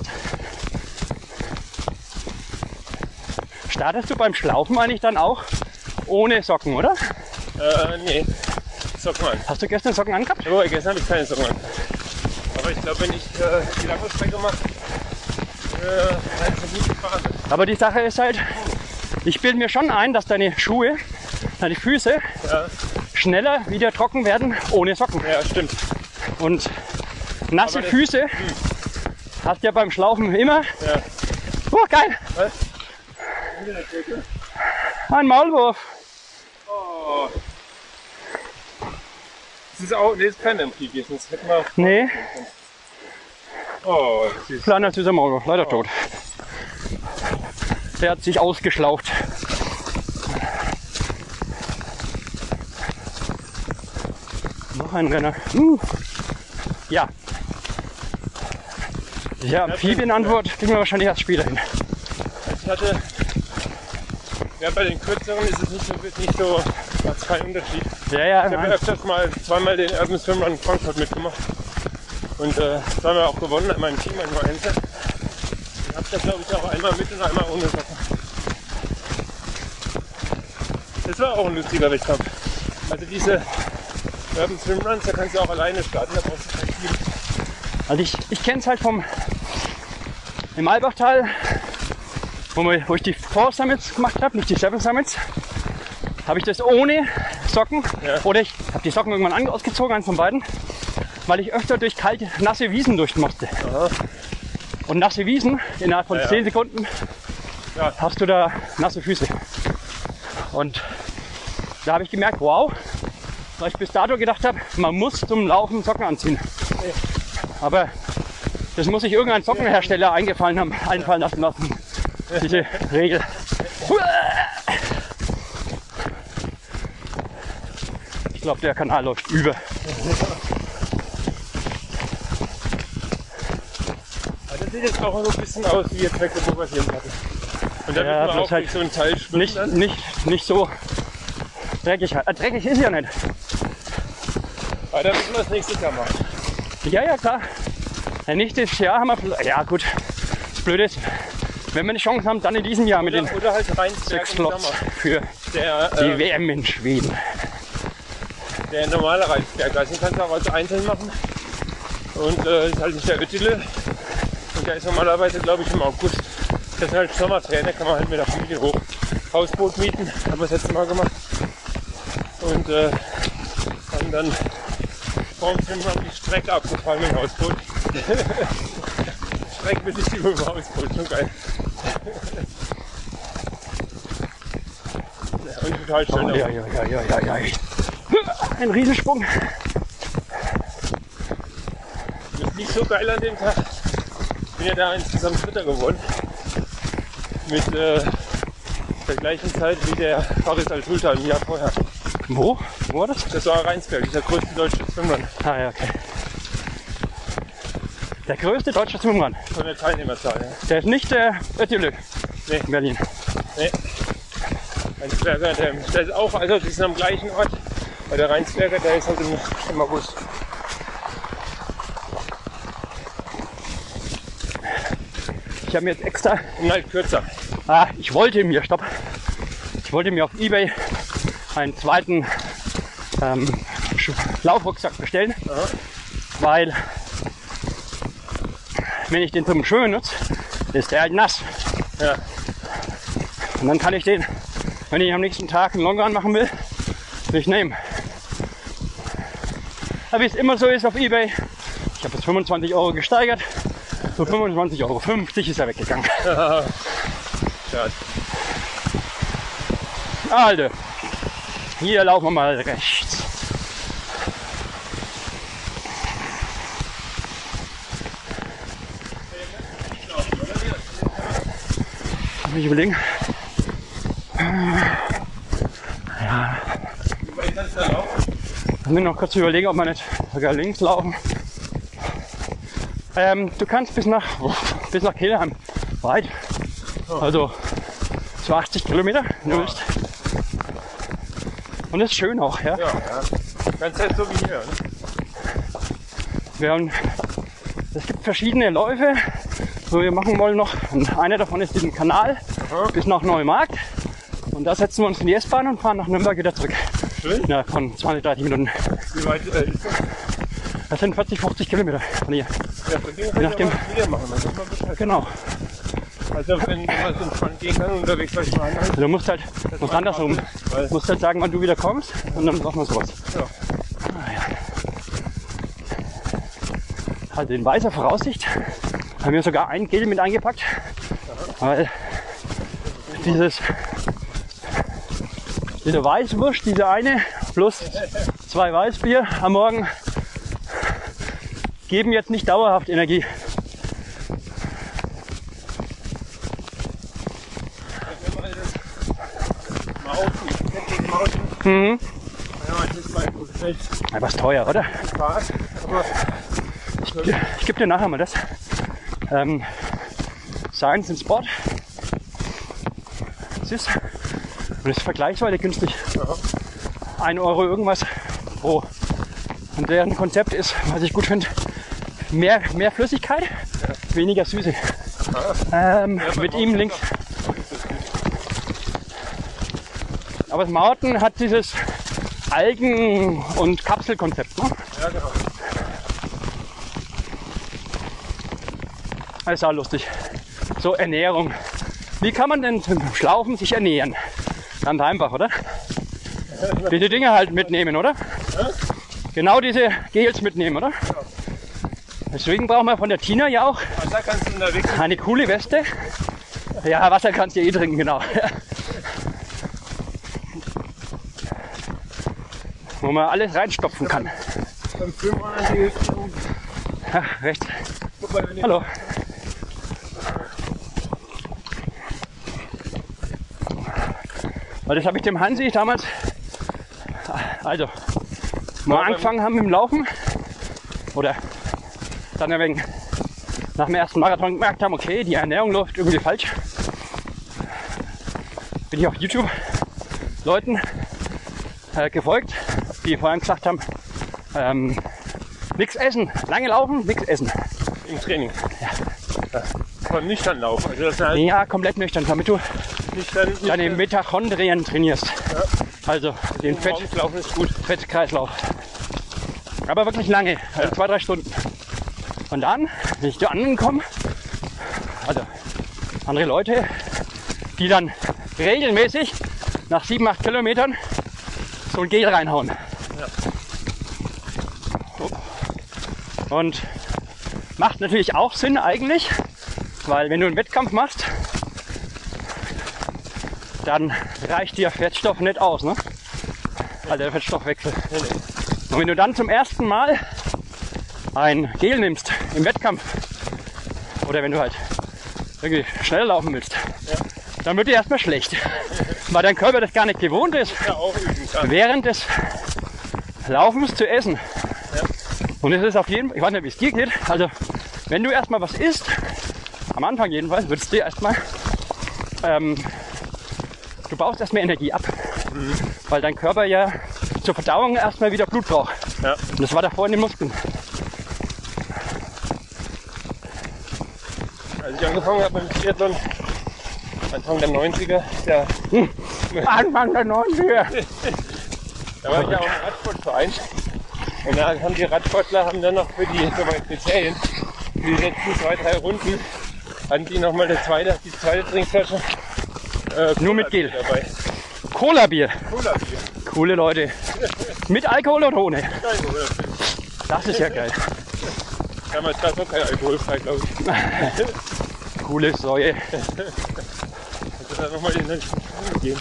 Startest du beim Schlaufen eigentlich dann auch ohne Socken, oder? Äh, nee. Socken an. Hast du gestern Socken angehabt? Oh, gestern habe ich keine Socken an. Aber ich glaube, wenn ich äh, die lange Strecke mache, äh, dann ist eine gute Phase. Aber die Sache ist halt, ich bilde mir schon ein, dass deine Schuhe, deine Füße Ja, schneller wieder trocken werden ohne Socken. ja, stimmt. Und nasse Aber das- Füße hast du ja beim Schlaufen immer. Ja. Oh, geil! Was? Ein Maulwurf. Oh. Das ist auch, nee, das ist kein Amphibius, das hätten wir. Nee, Oh, süß. kleiner süßer Maulwurf, leider tot. Der hat sich ausgeschlaucht. Noch ein Renner. Uh. Ja. Ja, Amphibienantwort kriegen wir wahrscheinlich erst später hin. Ich hatte, ja, bei den kürzeren ist es nicht so, nicht so macht's keinen Unterschied. Ja, ja, Ich habe nein. öfters mal zweimal den Urban Swim Run in Frankfurt mitgemacht und äh, zweimal auch gewonnen, einmal im Team, einmal Einzel. Ich habe da glaube ich auch einmal mit und einmal ohne Socken. Das war auch ein lustiger Wettkampf. Also diese Urban Swim Runs, da kannst du auch alleine starten, da brauchst du kein Team. Also ich, ich kenne es halt vom im Albachtal, wo, wir, wo ich die Four Summits gemacht habe, nicht die Seven Summits, habe ich das ohne Socken. Ja. Oder ich habe die Socken irgendwann an- ausgezogen, eins von beiden, weil ich öfter durch kalte, nasse Wiesen durch musste. Aha. Und nasse Wiesen, innerhalb von Ja, ja. zehn Sekunden Ja. hast du da nasse Füße. Und da habe ich gemerkt, wow, weil ich bis dato gedacht habe, man muss zum Laufen Socken anziehen. Aber das muss sich irgendein Sockenhersteller eingefallen haben, einfallen lassen lassen. Diese Regel. Ich glaube, der Kanal läuft über. Also das sieht jetzt auch so ein bisschen aus wie jetzt Mecklenburg-Vorpommern hatte. Und da Ja, müssen wir bloß auch halt durch so einen Teil schwimmen. Nicht, dann. nicht, nicht so dreckig. Äh, dreckig ist ja nicht. Aber da müssen wir das nächstes Jahr machen. Ja, ja, klar. Ja, nächstes Jahr haben wir. vielleicht- Ja, gut. Das Blöde ist, wenn wir eine Chance haben, dann in diesem Jahr mit den Oder, oder halt Rheinsberg sechs im Slots Sommer. für Der, die äh, W M in Schweden. der normale Rheinsberg. Also den kannst du auch als Einzeln machen. Und äh, ist halt nicht der Ötile. Und der ist normalerweise, glaube ich, im August. Das sind halt Sommerferien, da kann man halt mit der Familie hoch. Hausboot mieten, haben wir das letzte Mal gemacht. Und äh, haben dann vorm Film die Strecke abgefahren mit dem Hausboot. Streckenbesichtigung im Hausboot, schon geil. Ja, und total schön. Oh, ja, ja, ja, ja, ja, ja. Ein Riesensprung. Das ist nicht so geil an dem Tag. Ich bin ja da insgesamt Dritter geworden. Mit äh, der gleichen Zeit wie der Faris Al-Sultan im Jahr vorher. Wo? Wo war das? Das war Rheinsberg, dieser größte deutsche Swimrun. Ah ja, okay. Der größte deutsche Swimrun. Von der Teilnehmerzahl, ja. Der ist nicht der Ötülü Nee. in Berlin. Nee. Rheinsberger, der, der ist auch, also die sind am gleichen Ort. Bei der Rheinsberger, der ist halt im, im August. Ich habe mir jetzt extra... Und halt kürzer. Ah, ich wollte mir, stopp. Ich wollte mir auf eBay einen zweiten ähm, Laufrucksack bestellen, Aha. weil wenn ich den zum Schwimmen nutze, ist der halt nass. Ja. Und dann kann ich den, wenn ich am nächsten Tag einen Longrun machen will, nicht nehmen. Aber wie es immer so ist auf eBay, ich habe jetzt fünfundzwanzig Euro gesteigert, für fünfundzwanzig Euro fünfzig ist er weggegangen. Schade. Also, hier laufen wir mal rechts. Muss ich überlegen. Ja. Wie weit kannst du da laufen? Ich muss noch kurz überlegen, ob wir nicht sogar links laufen. Ähm, du kannst bis nach, bis nach Kelheim weit. Also so achtzig Kilometer, wenn du willst. Und das ist schön auch, ja. Ja, ja. Ganz halt so wie hier. Ne? Wir haben, es gibt verschiedene Läufe, so wir machen wollen noch. Und einer davon ist diesen Kanal Aha. bis nach Neumarkt. Und da setzen wir uns in die S-Bahn und fahren nach Nürnberg wieder zurück. Schön. Ja, von zwanzig, dreißig Minuten. Wie weit äh, ist das? Das sind vierzig, fünfzig Kilometer von hier. Ja, von dem kann Je ich nachdem. aber wieder machen, dann ist man Bescheid. Genau. Also wenn man so entspannt gehen kann, unterwegs vielleicht mal anhalten. Du musst halt, musst andersrum. Weil, Du musst halt sagen, wann du wieder kommst und dann machen wir sowas. ja. Ah, ja. Also in weißer Voraussicht haben wir sogar ein Gel mit eingepackt, weil dieses, diese Weißwurst, diese eine plus zwei Weißbier am Morgen geben jetzt nicht dauerhaft Energie. Mhm. Ja, das ist mein Problem. Aber ist teuer, oder? Spaß, aber Ich gebe dir nachher mal das. Ähm, Science and Sport. Das ist, und das ist vergleichsweise günstig. ein Euro irgendwas pro. Und deren Konzept ist, was ich gut finde, mehr, mehr Flüssigkeit, weniger Süße. Ähm, mit ihm links. Aber das Mountain hat dieses Algen- und Kapselkonzept. Ne? ja, genau. Das ist auch lustig. So Ernährung. Wie kann man denn zum Schlaufen sich ernähren? Ganz einfach, oder? Diese Dinge halt mitnehmen, oder? Genau diese Gels mitnehmen, oder? Deswegen brauchen wir von der Tina ja auch Wasser kannst du unterwegs. eine coole Weste. Ja, Wasser kannst du ja eh trinken, genau. Wo man alles reinstopfen kann. Beim Film an die Ja, rechts. Guck mal, wenn ich Hallo. Weil das habe ich dem Hansi damals, also, mal angefangen haben mit dem Laufen oder dann ein wenig nach dem ersten Marathon gemerkt haben, okay, die Ernährung läuft irgendwie falsch. Bin ich auf YouTube Leuten äh, gefolgt, die vorhin gesagt haben, ähm, nichts essen, lange laufen, nichts essen. im Training. Ja. Von nüchtern laufen. Also das heißt, Ja, komplett nüchtern, damit du nüchtern, nüchtern, deine Mitochondrien trainierst. Ja. Also den Fett, morgens laufen ist gut. Fettkreislauf. Aber wirklich lange, also zwei, drei Stunden. Und dann, wenn ich zu anderen komme, also andere Leute, die dann regelmäßig nach sieben, acht Kilometern so ein Gel reinhauen. Ja. Und macht natürlich auch Sinn eigentlich, weil wenn du einen Wettkampf machst, dann reicht dir Fettstoff nicht aus, ne? Also der Fettstoffwechsel. Und wenn du dann zum ersten Mal ein Gel nimmst im Wettkampf oder wenn du halt irgendwie schnell laufen willst, Ja. dann wird dir erstmal schlecht, weil dein Körper das gar nicht gewohnt ist, Ja, auch üben kann. während des Laufens zu essen. Ja. Und es ist auf jeden Fall, ich weiß nicht, wie es dir geht, also wenn du erstmal was isst, am Anfang jedenfalls, wird es dir erstmal, ähm, du baust erstmal Energie ab, Mhm. weil dein Körper ja zur Verdauung erstmal wieder Blut braucht. Ja. Und das war davor in den Muskeln. Als ich angefangen habe mit dem Triathlon, Anfang der neunziger, da, Anfang der neunziger. da war ich ja auch im Radsportverein. Und da haben die Radsportler haben dann noch für die für meine Kriterien, für die letzten zwei, drei Runden, hatten die nochmal die zweite, die zweite Trinkflasche. Äh, Nur mit Gel. dabei. Cola-Bier. Cola-Bier. Coole Leute. Mit Alkohol oder ohne? Geil, oder? Das ist ja geil. Damals gab es noch kein alkoholfrei, glaube ich. Coole Säue. Also da nochmal den letzten Schwung gegeben.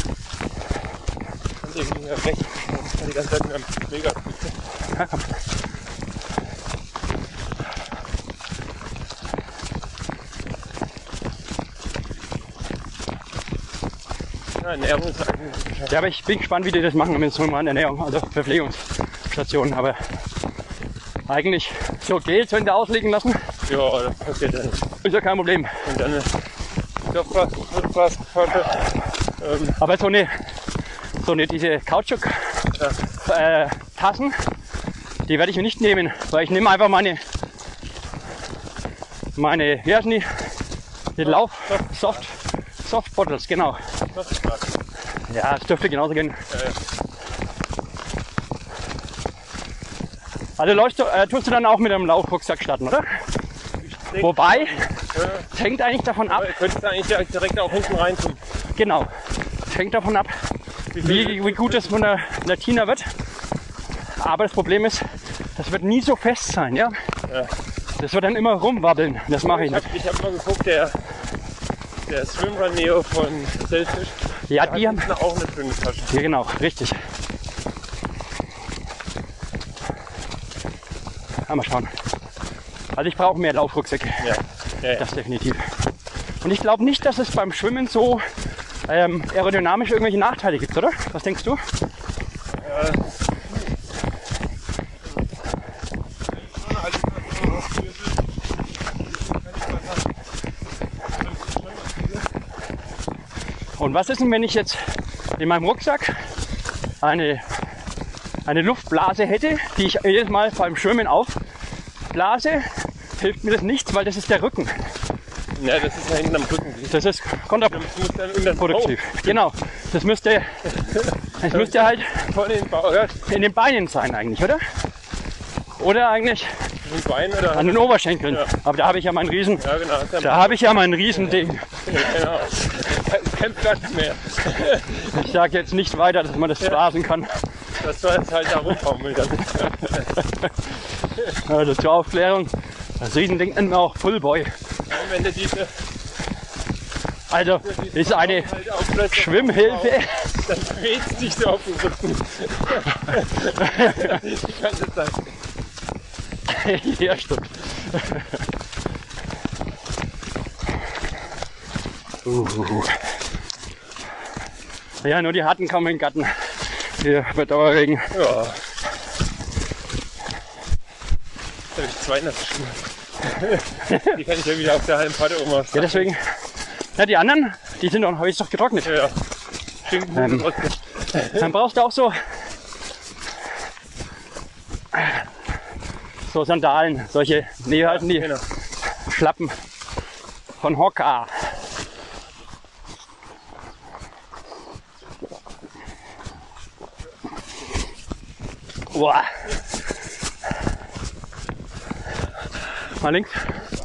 Und irgendwie recht. Ich war die ganze Zeit mit einem mega Ja, komm. Ja, Ernährung ist eigentlich Ja, aber ich bin gespannt, wie die das machen mit so einer Ernährung, also Verpflegungsstationen. Aber eigentlich so Gel zu Ende auslegen lassen, ja, das passiert ja nicht. ist ja kein Problem. Und dann eine Stoffblasflasche. Ähm, Aber so eine, so eine diese Kautschuk äh, Tassen, die werde ich mir nicht nehmen, weil ich nehme einfach meine, meine, wie heißen die? Die Lauf, Soft, Soft Bottles, genau. Stoffblasflasche. Ja, das dürfte genauso gehen. Äh, Also läufst du, äh, tust du dann auch mit einem Laufrucksack starten, oder? denk- Wobei, äh, es hängt eigentlich davon ab, aber ihr könnt es eigentlich direkt, direkt auch hinten rein tun. genau, es hängt davon ab, wie, wie gut es von der, von der Tina wird. Aber das Problem ist, das wird nie so fest sein, ja? Ja. Das wird dann immer rumwabbeln. Das mache ich Ich nicht. habe ich hab mal geguckt, der, der Swimrun Neo von Selfish, Ja, der die hat haben. hinten auch eine schöne Tasche. Ja, genau, richtig. Ja, mal schauen. Also ich brauche mehr Laufrucksäcke, Ja. Ja, ja. das definitiv. Und ich glaube nicht, dass es beim Schwimmen so ähm, aerodynamisch irgendwelche Nachteile gibt, oder? Was denkst du? Äh, Und was ist denn, wenn ich jetzt in meinem Rucksack eine, eine Luftblase hätte, die ich jedes Mal beim Schwimmen aufblase? Hilft mir das nichts, weil das ist der Rücken. ja, das ist ja hinten am Rücken. Das ist kontraproduktiv. Du musst dann unter den Bauch Genau. Das müsste, das müsste halt von den Bauch, ja, in den Beinen sein eigentlich, oder? Oder eigentlich den Beinen oder. an den Oberschenkeln. Ja. Aber da habe ich ja meinen Riesen, Ja, genau. Das ist ja da habe ich ja mein Riesending. genau. Da ist kein Platz mehr. Ich sage jetzt nicht weiter, dass man das blasen kann. Das soll jetzt halt da rumfaumeln. Also zur Aufklärung, das Riesending nennt man auch Pullboy. Wenn du diese, Also ist eine halt auflässt, Schwimmhilfe. dann drehst dich so auf den Rücken. Die ganze Zeit. Ja, stimmt. Uh. Ja, nur die harten kommen in den Garten. Hier bei Dauerregen. Ja. Da habe ich zwei nasse Schuhe. Die kann ich ja wieder auf der halben Patte oben aus. Ja, deswegen. Ja, die anderen, die sind doch, habe ich doch getrocknet. Ja, ja. Stinken Ähm. trotzdem. Dann brauchst du auch so, so Sandalen, solche, nee, halten die Genau. Schlappen von Hoka. Boah. Mal links.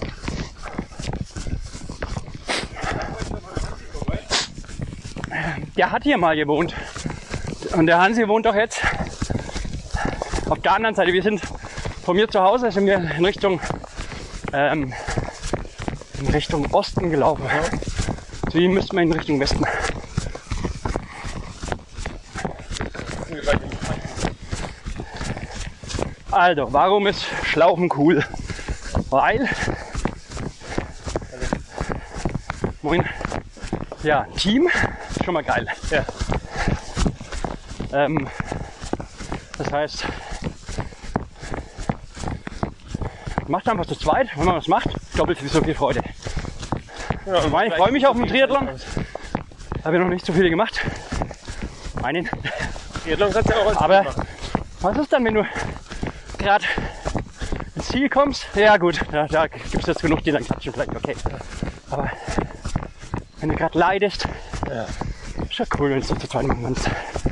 Der hat hier mal gewohnt. Und der Hansi wohnt doch jetzt auf der anderen Seite. Wir sind von mir zu Hause, sind wir in Richtung, ähm, in Richtung Osten gelaufen. Zu ihm müssten wir in Richtung Westen. Also, warum ist Schlaufen cool? Weil, moin, ja, Team ist schon mal geil. Ja. Ähm, das heißt, macht einfach zu zweit, wenn man was macht, doppelt so viel Freude. Ja, Ich meine, ich freue mich auf den Triathlon. Habe ich noch nicht so viele gemacht. Einen. Triathlon kannst du ja auch als Aber Team machen. was ist dann, wenn du gerade ins Ziel kommst? Ja gut, da, da gibt es jetzt genug, die dann klatschen vielleicht, okay. Aber wenn du gerade leidest, Ja. ist ja cool, wenn du es so zu zweit machen kannst.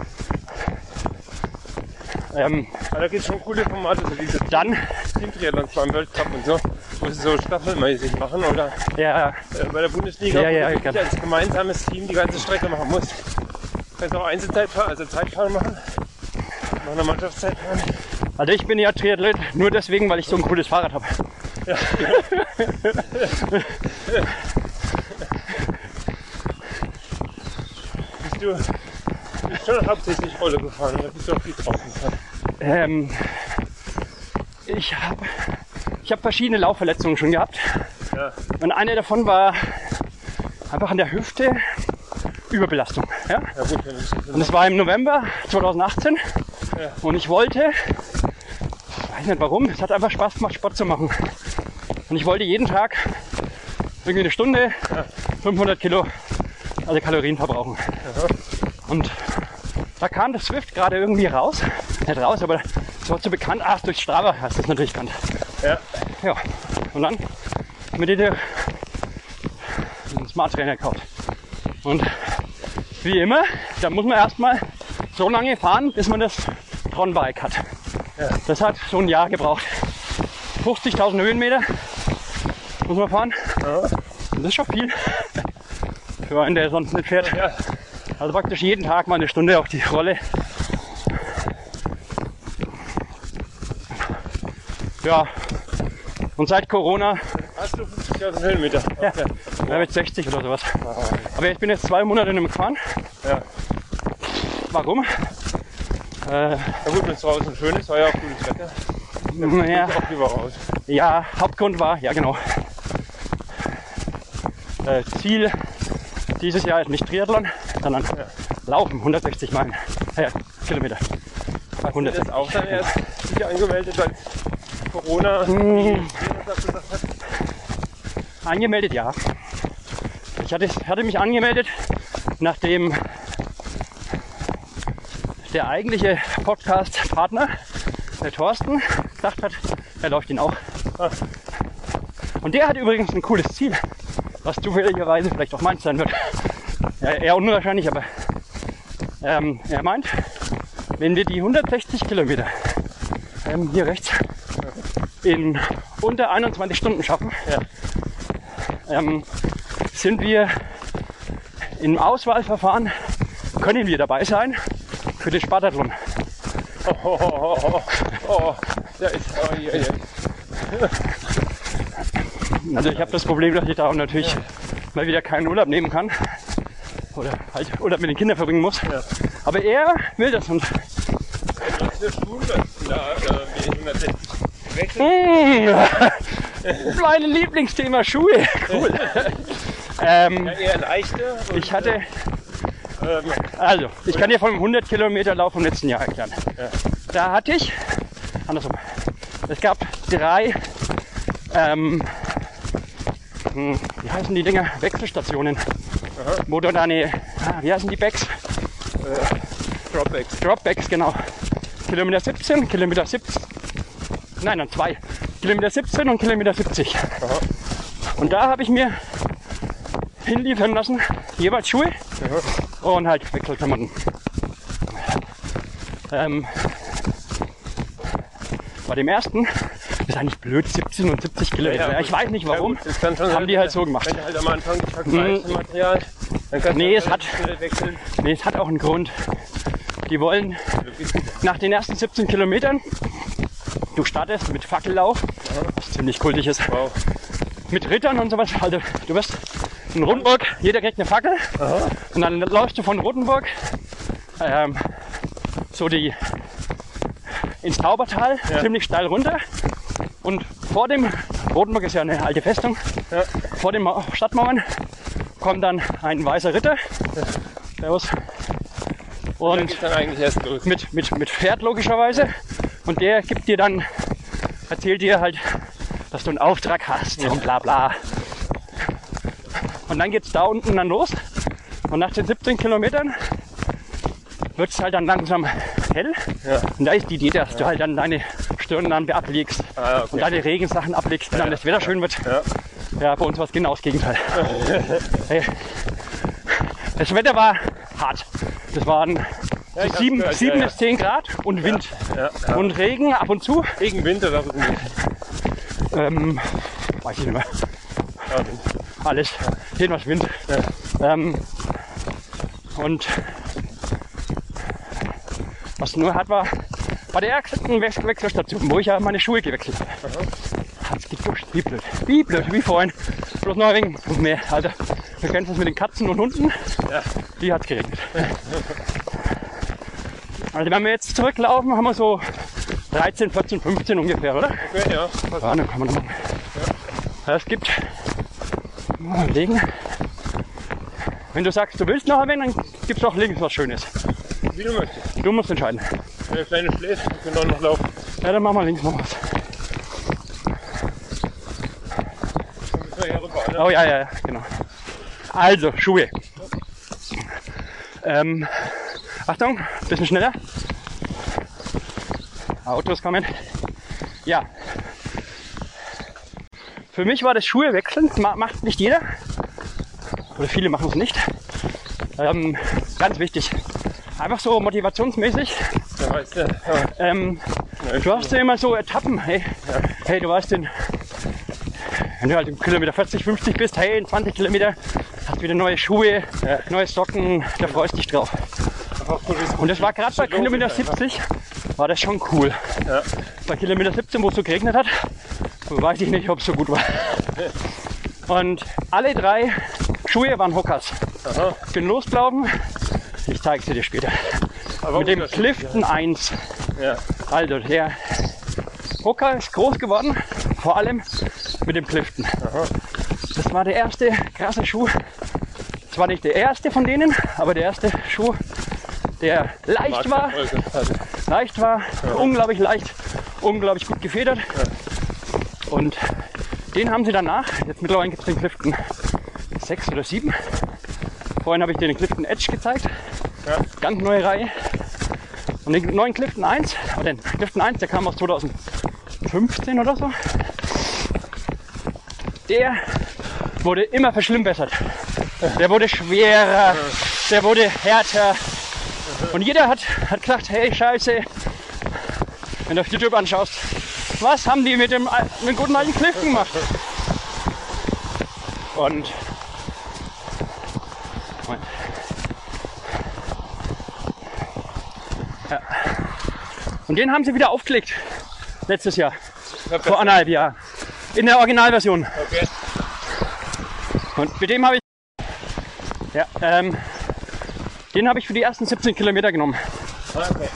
Ähm, Aber da gibt es schon coole Formate, so diese dann, Team-Triathlons beim Weltcup und so, wo sie so staffelmäßig machen oder ja, äh, bei der Bundesliga, Ja, ja, wo du ja, wirklich als gemeinsames Team die ganze Strecke machen musst. Du kannst auch Einzelzeitfahren, also Zeitfahren machen, noch eine Mannschaftszeitfahren. also ich bin ja Triathlet nur deswegen, weil ich so ein cooles Fahrrad habe. Ja. Bist du bist schon hauptsächlich Rolle gefahren oder bist du auch viel draußen gefahren? Ähm, ich habe ich hab verschiedene Laufverletzungen schon gehabt. Ja. Und eine davon war einfach an der Hüfte Überbelastung. Ja? Ja gut, wenn du so Und das war im November zweitausendachtzehn. Ja. Und ich wollte, ich weiß nicht warum, es hat einfach Spaß gemacht, Sport zu machen. Und ich wollte jeden Tag irgendwie eine Stunde fünfhundert Kilo, also Kalorien verbrauchen. Aha. Und da kam das Swift gerade irgendwie raus. Nicht raus, aber es war so bekannt. Ach, durch Strava hast du es natürlich bekannt. Ja. Ja. Und dann mit dir einen Smart Trainer gekauft. Und wie immer, da muss man erstmal so lange fahren, bis man das Tron-Bike hat. Ja. Das hat so ein Jahr gebraucht. fünfzigtausend Höhenmeter muss man fahren. Ja. Und das ist schon viel für einen, der sonst nicht fährt. Ja. Also praktisch jeden Tag mal eine Stunde auf die Rolle. Ja, und seit Corona, Hast du fünfzigtausend Höhenmeter? ja, Okay. ja, mit sechzig oder sowas. Aber ich bin jetzt zwei Monate nicht mehr gefahren. Ja. Warum? Äh, Na gut, wenn es draußen schön ist, war ja auch gutes Wetter. naja, Auch lieber raus. ja, Hauptgrund war, ja genau. Äh, Ziel dieses Jahr ist nicht Triathlon, sondern Laufen, hundertsechzig Meilen, äh, Kilometer. Hast du hundert. das auch dann erst sich angemeldet, als Corona Hm. das gesagt hat? Angemeldet, ja. Ich hatte, hatte mich angemeldet, nachdem der eigentliche Podcast-Partner, der Thorsten, gesagt hat, er läuft ihn auch. Ah. Und der hat übrigens ein cooles Ziel, was zufälligerweise vielleicht auch meins sein wird. Ja, eher unwahrscheinlich, aber ähm, er meint, wenn wir die hundertsechzig Kilometer ähm, hier rechts in unter einundzwanzig Stunden schaffen, Ja. ähm, sind wir im Auswahlverfahren, können wir dabei sein für den Spartathlon. Oh, oh, oh, oh, oh. Da ist, oh, je, je. Also ich habe das Problem, dass ich da auch natürlich mal wieder keinen Urlaub nehmen kann oder halt Urlaub mit den Kindern verbringen muss. Ja. Aber er will das und Das ist Schuhe, da äh, die hundertsechzig wechseln. mmh, mein Lieblingsthema Schuhe, cool. ähm, Ja, eher leichte. und, ich hatte, Ähm, also ich kann dir vom hundert Kilometer Lauf vom letzten Jahr erklären. Ja. Da hatte ich, andersrum, es gab drei, ähm, hm, wie heißen die Dinger, Wechselstationen, Aha. wo du deine, ah, wie heißen die Bags? Dropbacks. Dropbacks, genau. Kilometer siebzehn, Kilometer siebzig, nein, dann zwei. Kilometer siebzehn und Kilometer siebzig. Aha. Und da habe ich mir hinliefern lassen, jeweils Schuhe Aha. und halt Wechselklamotten. Ähm, bei dem ersten ist eigentlich blöd, siebzehn und siebzig Kilometer. Ja, ja, ich weiß nicht warum, ja, gut, das kann schon haben sein, die halt so gemacht. Wenn du halt am Anfang vergleichst mit Material, dann kannst Nee, du es halt hat- schnell wechseln. Nee, es hat auch einen Grund. Die wollen nach den ersten siebzehn Kilometern, du startest mit Fackellauf, was ziemlich kultig ist, Wow. mit Rittern und sowas. Also du wirst in Rotenburg, jeder kriegt eine Fackel Aha. und dann läufst du von Rotenburg ähm, so die ins Taubertal, Ja. ziemlich steil runter. Und vor dem, Rotenburg ist ja eine alte Festung, Ja. vor den Mau- Stadtmauern kommt dann ein weißer Ritter. Servus. Dann Und geht's dann eigentlich erst los. mit, mit, mit Pferd logischerweise. Und der gibt dir dann, erzählt dir halt, dass du einen Auftrag hast und bla bla. Und dann geht's da unten dann los. Und nach den siebzehn Kilometern wird es halt dann langsam hell. Ja. Und da ist die Idee, dass du halt dann deine Stirnlampe ablegst Ah, okay. und deine Regensachen ablegst, wenn dann das Wetter schön wird. Ja. Ja, bei uns war es genau das Gegenteil. Hey. Das Wetter war hart. Das waren Ja, so ich hab's sieben, gehört, sieben ja, ja. bis zehn Grad und Wind. Ja, ja. Und Regen ab und zu. Gegen Wind oder was nicht? Ähm, weiß ich nicht mehr. Ja, Wind. Alles. Jedenfalls Wind. Ähm, und was nur hat war, bei der ersten Wech- Wechselstation, wo ich ja meine Schuhe gewechselt habe. Hat es geduscht. Wie blöd. Wie blöd, wie vorhin. Bloß noch ein wenig mehr. Alter, wir kennen das mit den Katzen und Hunden. Ja. Die hat es geregnet. Also wenn wir jetzt zurücklaufen, haben wir so dreizehn, vierzehn, fünfzehn ungefähr, oder? Okay, ja. Ja, dann kann man noch machen. Ja, es gibt, mal überlegen, wenn du sagst, du willst noch ein wenig, dann gibt es auch links was Schönes. Wie du möchtest. Du musst entscheiden. Wenn der Kleine schläft, wir können auch noch laufen. Ja, dann machen wir links noch was. Dann müssen wir hier rüber, oder? Oh ja, ja, ja, genau. Also, Schuhe. Ähm, Achtung, bisschen schneller. Autos kommen. Ja. Für mich war das Schuhe wechseln, ma- macht nicht jeder. Oder viele machen es nicht. Ähm, ganz wichtig. Einfach so motivationsmäßig. Ja, weißt du. Ja. Ähm, du hast ja immer so Etappen. Hey, hey, du weißt den, wenn du halt im Kilometer vierzig, fünfzig bist, hey, in zwanzig Kilometer hast wieder neue Schuhe, Ja. neue Socken, da freust du dich drauf. Einfach cool, wie es Und das war gerade bei Kilometer siebzig, war das schon cool. Ja. Bei Kilometer siebzehn, wo es so geregnet hat, weiß ich nicht, ob es so gut war. Und alle drei Schuhe waren Hockers. Aha. Ich bin losgelaufen, ich zeige es dir später. Aber Mit dem unterschiedlich, Clifton eins. Ja. Also der Hocker ist groß geworden, vor allem mit dem Clifton. Aha. Das war der erste krasse Schuh. Zwar nicht der erste von denen, aber der erste Schuh, der leicht war, Markterfolge hatte. leicht war, unglaublich leicht, unglaublich gut gefedert. Und den haben sie danach, jetzt mittlerweile gibt es den Clifton sechs oder sieben. Vorhin habe ich dir den Clifton Edge gezeigt, Ja. ganz neue Reihe. Und den neuen Clifton eins, aber den Clifton eins, der kam aus zweitausendfünfzehn oder so. Der wurde immer verschlimmbessert. Der wurde schwerer, der wurde härter. Und jeder hat, hat gesagt, hey Scheiße, wenn du auf YouTube anschaust, was haben die mit dem, al- mit dem guten alten Clifton gemacht? Und Moment. Ja. Und den haben sie wieder aufgelegt. Letztes Jahr. Vor anderthalb Jahren. In der Originalversion. Okay. Und mit dem habe ich. Ja, ähm, den habe ich für die ersten siebzehn Kilometer genommen. Okay.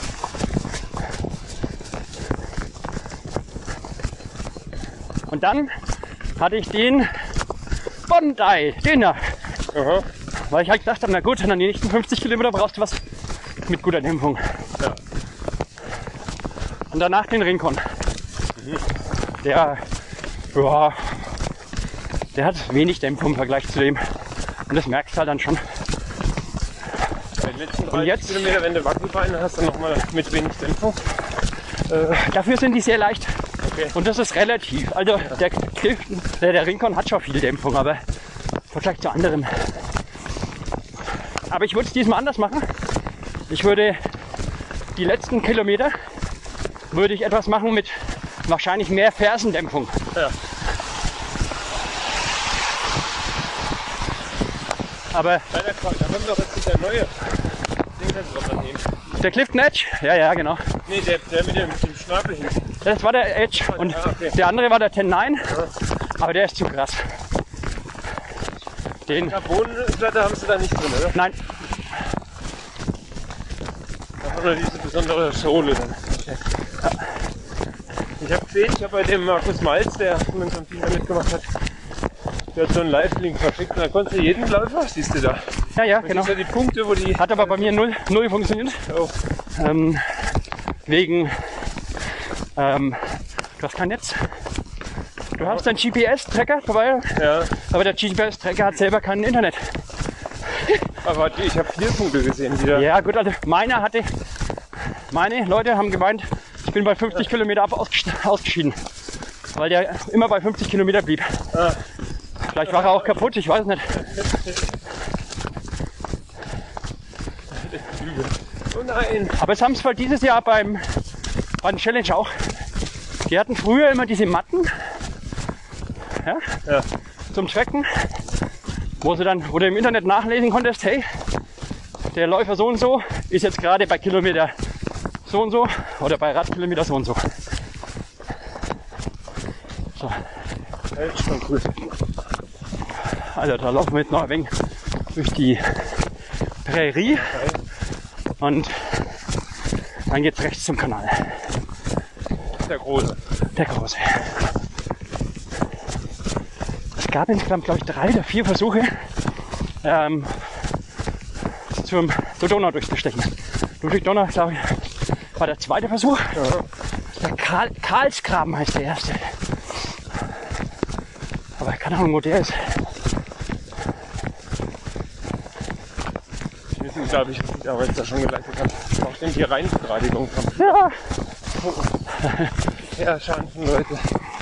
Und dann hatte ich den Bondi, den da. Aha. Weil ich halt gedacht habe, na gut, dann die nächsten fünfzig Kilometer brauchst du was mit guter Dämpfung. Ja. Und danach den Rincon. Der, ja, der hat wenig Dämpfung im Vergleich zu dem. Und das merkst du halt dann schon. Bei den letzten Und dreißig jetzt? Kilometer, wenn du Wackelbeine hast, dann nochmal mit wenig Dämpfung. Dafür sind die sehr leicht. Okay. Und das ist relativ. Also der, Clifton, der, der Rincon hat schon viel Dämpfung, aber im Vergleich zu anderen. Aber ich würde es diesmal anders machen. Ich würde die letzten Kilometer würde ich etwas machen mit wahrscheinlich mehr Fersendämpfung. Ja. Aber Ja, da kommt, da kommt doch jetzt der neue. Den kannst du doch dann nehmen. der Clifton Edge, ja, ja, genau. Nee, der, der mit dem, mit dem Schnabel hinten. Das war der Edge und Ah, okay. der andere war der zehn neun, aber der ist zu krass. Den, Carbonplatte haben sie da nicht drin, oder? nein, Einfach nur diese besondere Sohle dann. Okay. Ich habe gesehen, ich habe bei dem Markus Malz, der mit unserem Team da mitgemacht hat, der hat so einen Live-Link verschickt und da konntest du jeden Läufer, siehst du da. ja, ja, Das genau. sind ja die Punkte, wo die... Hat aber bei mir null, null funktioniert. Oh, Ähm, wegen, ähm, du hast kein Netz. Du hast einen G P S-Tracker dabei, ja, aber der G P S-Tracker hat selber kein Internet. aber ich habe vier Punkte gesehen, die da... Ja gut, also meiner hatte, meine Leute haben gemeint, ich bin bei fünfzig Kilometer ab ausges- ausgeschieden, weil der immer bei fünfzig Kilometer blieb. Ah, Vielleicht war er auch kaputt, ich weiß nicht. oh nein! Aber es haben es halt dieses Jahr beim, bei den Challenge auch. Die hatten früher immer diese Matten, ja, Ja, zum Tracken, wo, sie dann, wo du im Internet nachlesen konntest, hey, der Läufer so und so ist jetzt gerade bei Kilometer so und so oder bei Radkilometer so und so. So, das ist schon cool. also da laufen wir jetzt noch ein wenig durch die Prärie und dann geht's rechts zum Kanal, Der große. der große. Es gab insgesamt, glaube ich, drei oder vier Versuche, ähm, zum, zur Donau durchzustechen. Ludwig Donau, glaube ich, war der zweite Versuch. Der Karl, Karlsgraben heißt der erste. Aber keine Ahnung, wo der ist. Wir wissen, glaube ich, was die damals da schon geleistet haben. Auch den die Reinbegradigung haben. Ja, Ja, Schanzen, Leute.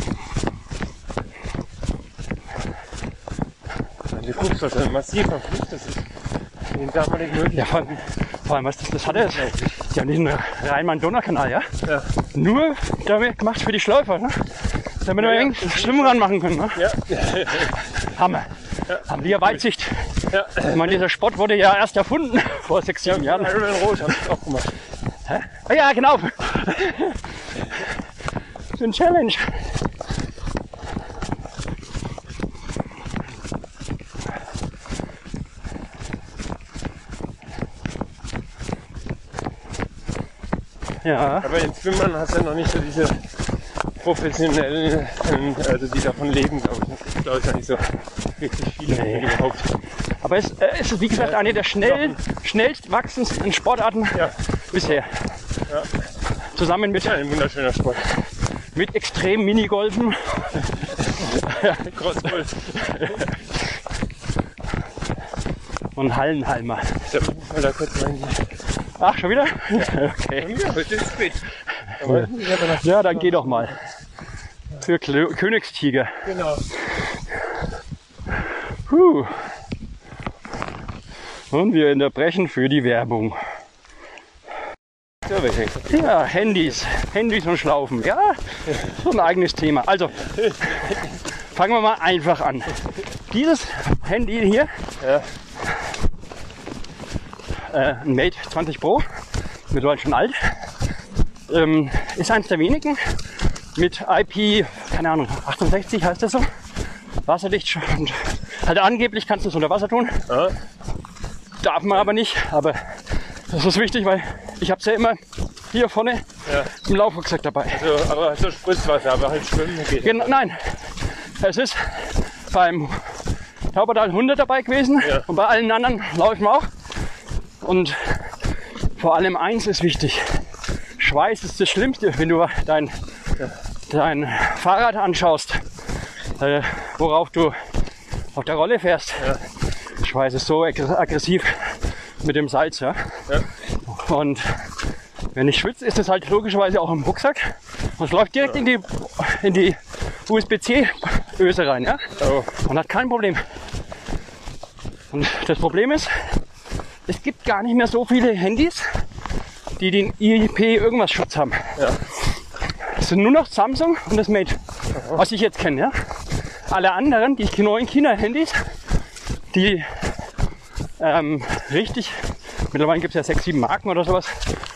Du guckst, was ein massiver Fluss das ist. In den damaligen ja Möglichkeiten. vor, allem, vor allem, was das, das hatte, ist, die haben diesen Rhein-Main-Donau-Kanal, ja? Ja. Nur damit gemacht für die Schläufer, ne? Damit wir Ja, ja, ja. Schwimmen ranmachen können, ne? Ja. Hammer. Haben wir ja Weitsicht. Ja. Ich meine, dieser Sport wurde ja erst erfunden, vor sechs, sieben Jahren. Iron Rot haben es auch gemacht. Ah, ja, genau. So ein Challenge. Ja, Aber in Schwimmern hast du ja noch nicht so diese professionellen, also die davon leben, glaube ich. Das ist, glaube ich, noch nicht so richtig viele Nee. überhaupt. aber es äh, ist, wie gesagt, eine der schnell, schnellst wachsendsten Sportarten Ja, bisher. Ja. Zusammen mit, ja, ein wunderschöner Sport. mit extrem Minigolfen. Crossgolf. Und Hallenhalmer. Da muss man da kurz rein. Ach, schon wieder? Okay. Ja, heute ist spät. Aber ich habe noch. Ja, dann geh doch mal. Für Klö- Königstiger. Genau. Puh. Und wir unterbrechen für die Werbung. Ja, welche? Ja, Handys. Handys und Schlaufen. Ja, so ein eigenes Thema. Also, fangen wir mal einfach an. Dieses Handy hier, Ja. äh, ein Mate zwanzig Pro, mittlerweile schon alt, ähm, ist eins der wenigen mit I P, keine Ahnung, achtundsechzig heißt das so, wasserdicht und halt angeblich kannst du es unter Wasser tun, Ja. darf man aber nicht, aber das ist wichtig, weil ich habe es ja immer hier vorne Ja. im Laufrucksack dabei. So, aber so Spritzwasser, aber halt schwimmen geht. Gen nein, es ist beim Taubertal hundert dabei gewesen Ja. und bei allen anderen laufen wir auch. Und vor allem eins ist wichtig. Schweiß ist das Schlimmste, wenn du dein, dein Fahrrad anschaust, äh, worauf du auf der Rolle fährst. Ja. Schweiß ist so aggr- aggressiv mit dem Salz. Ja? Ja. Und wenn ich schwitze, ist es halt logischerweise auch im Rucksack. Und es läuft direkt in die, in die U S B C-Öse rein. Ja? Oh. Und hat kein Problem. Und das Problem ist, es gibt gar nicht mehr so viele Handys, die den I P irgendwas Schutz haben. Ja. Es sind nur noch Samsung und das Mate, was ich jetzt kenne. Ja? Alle anderen, die neuen China-Handys, die ähm, richtig, mittlerweile gibt es ja sechs, sieben Marken oder sowas,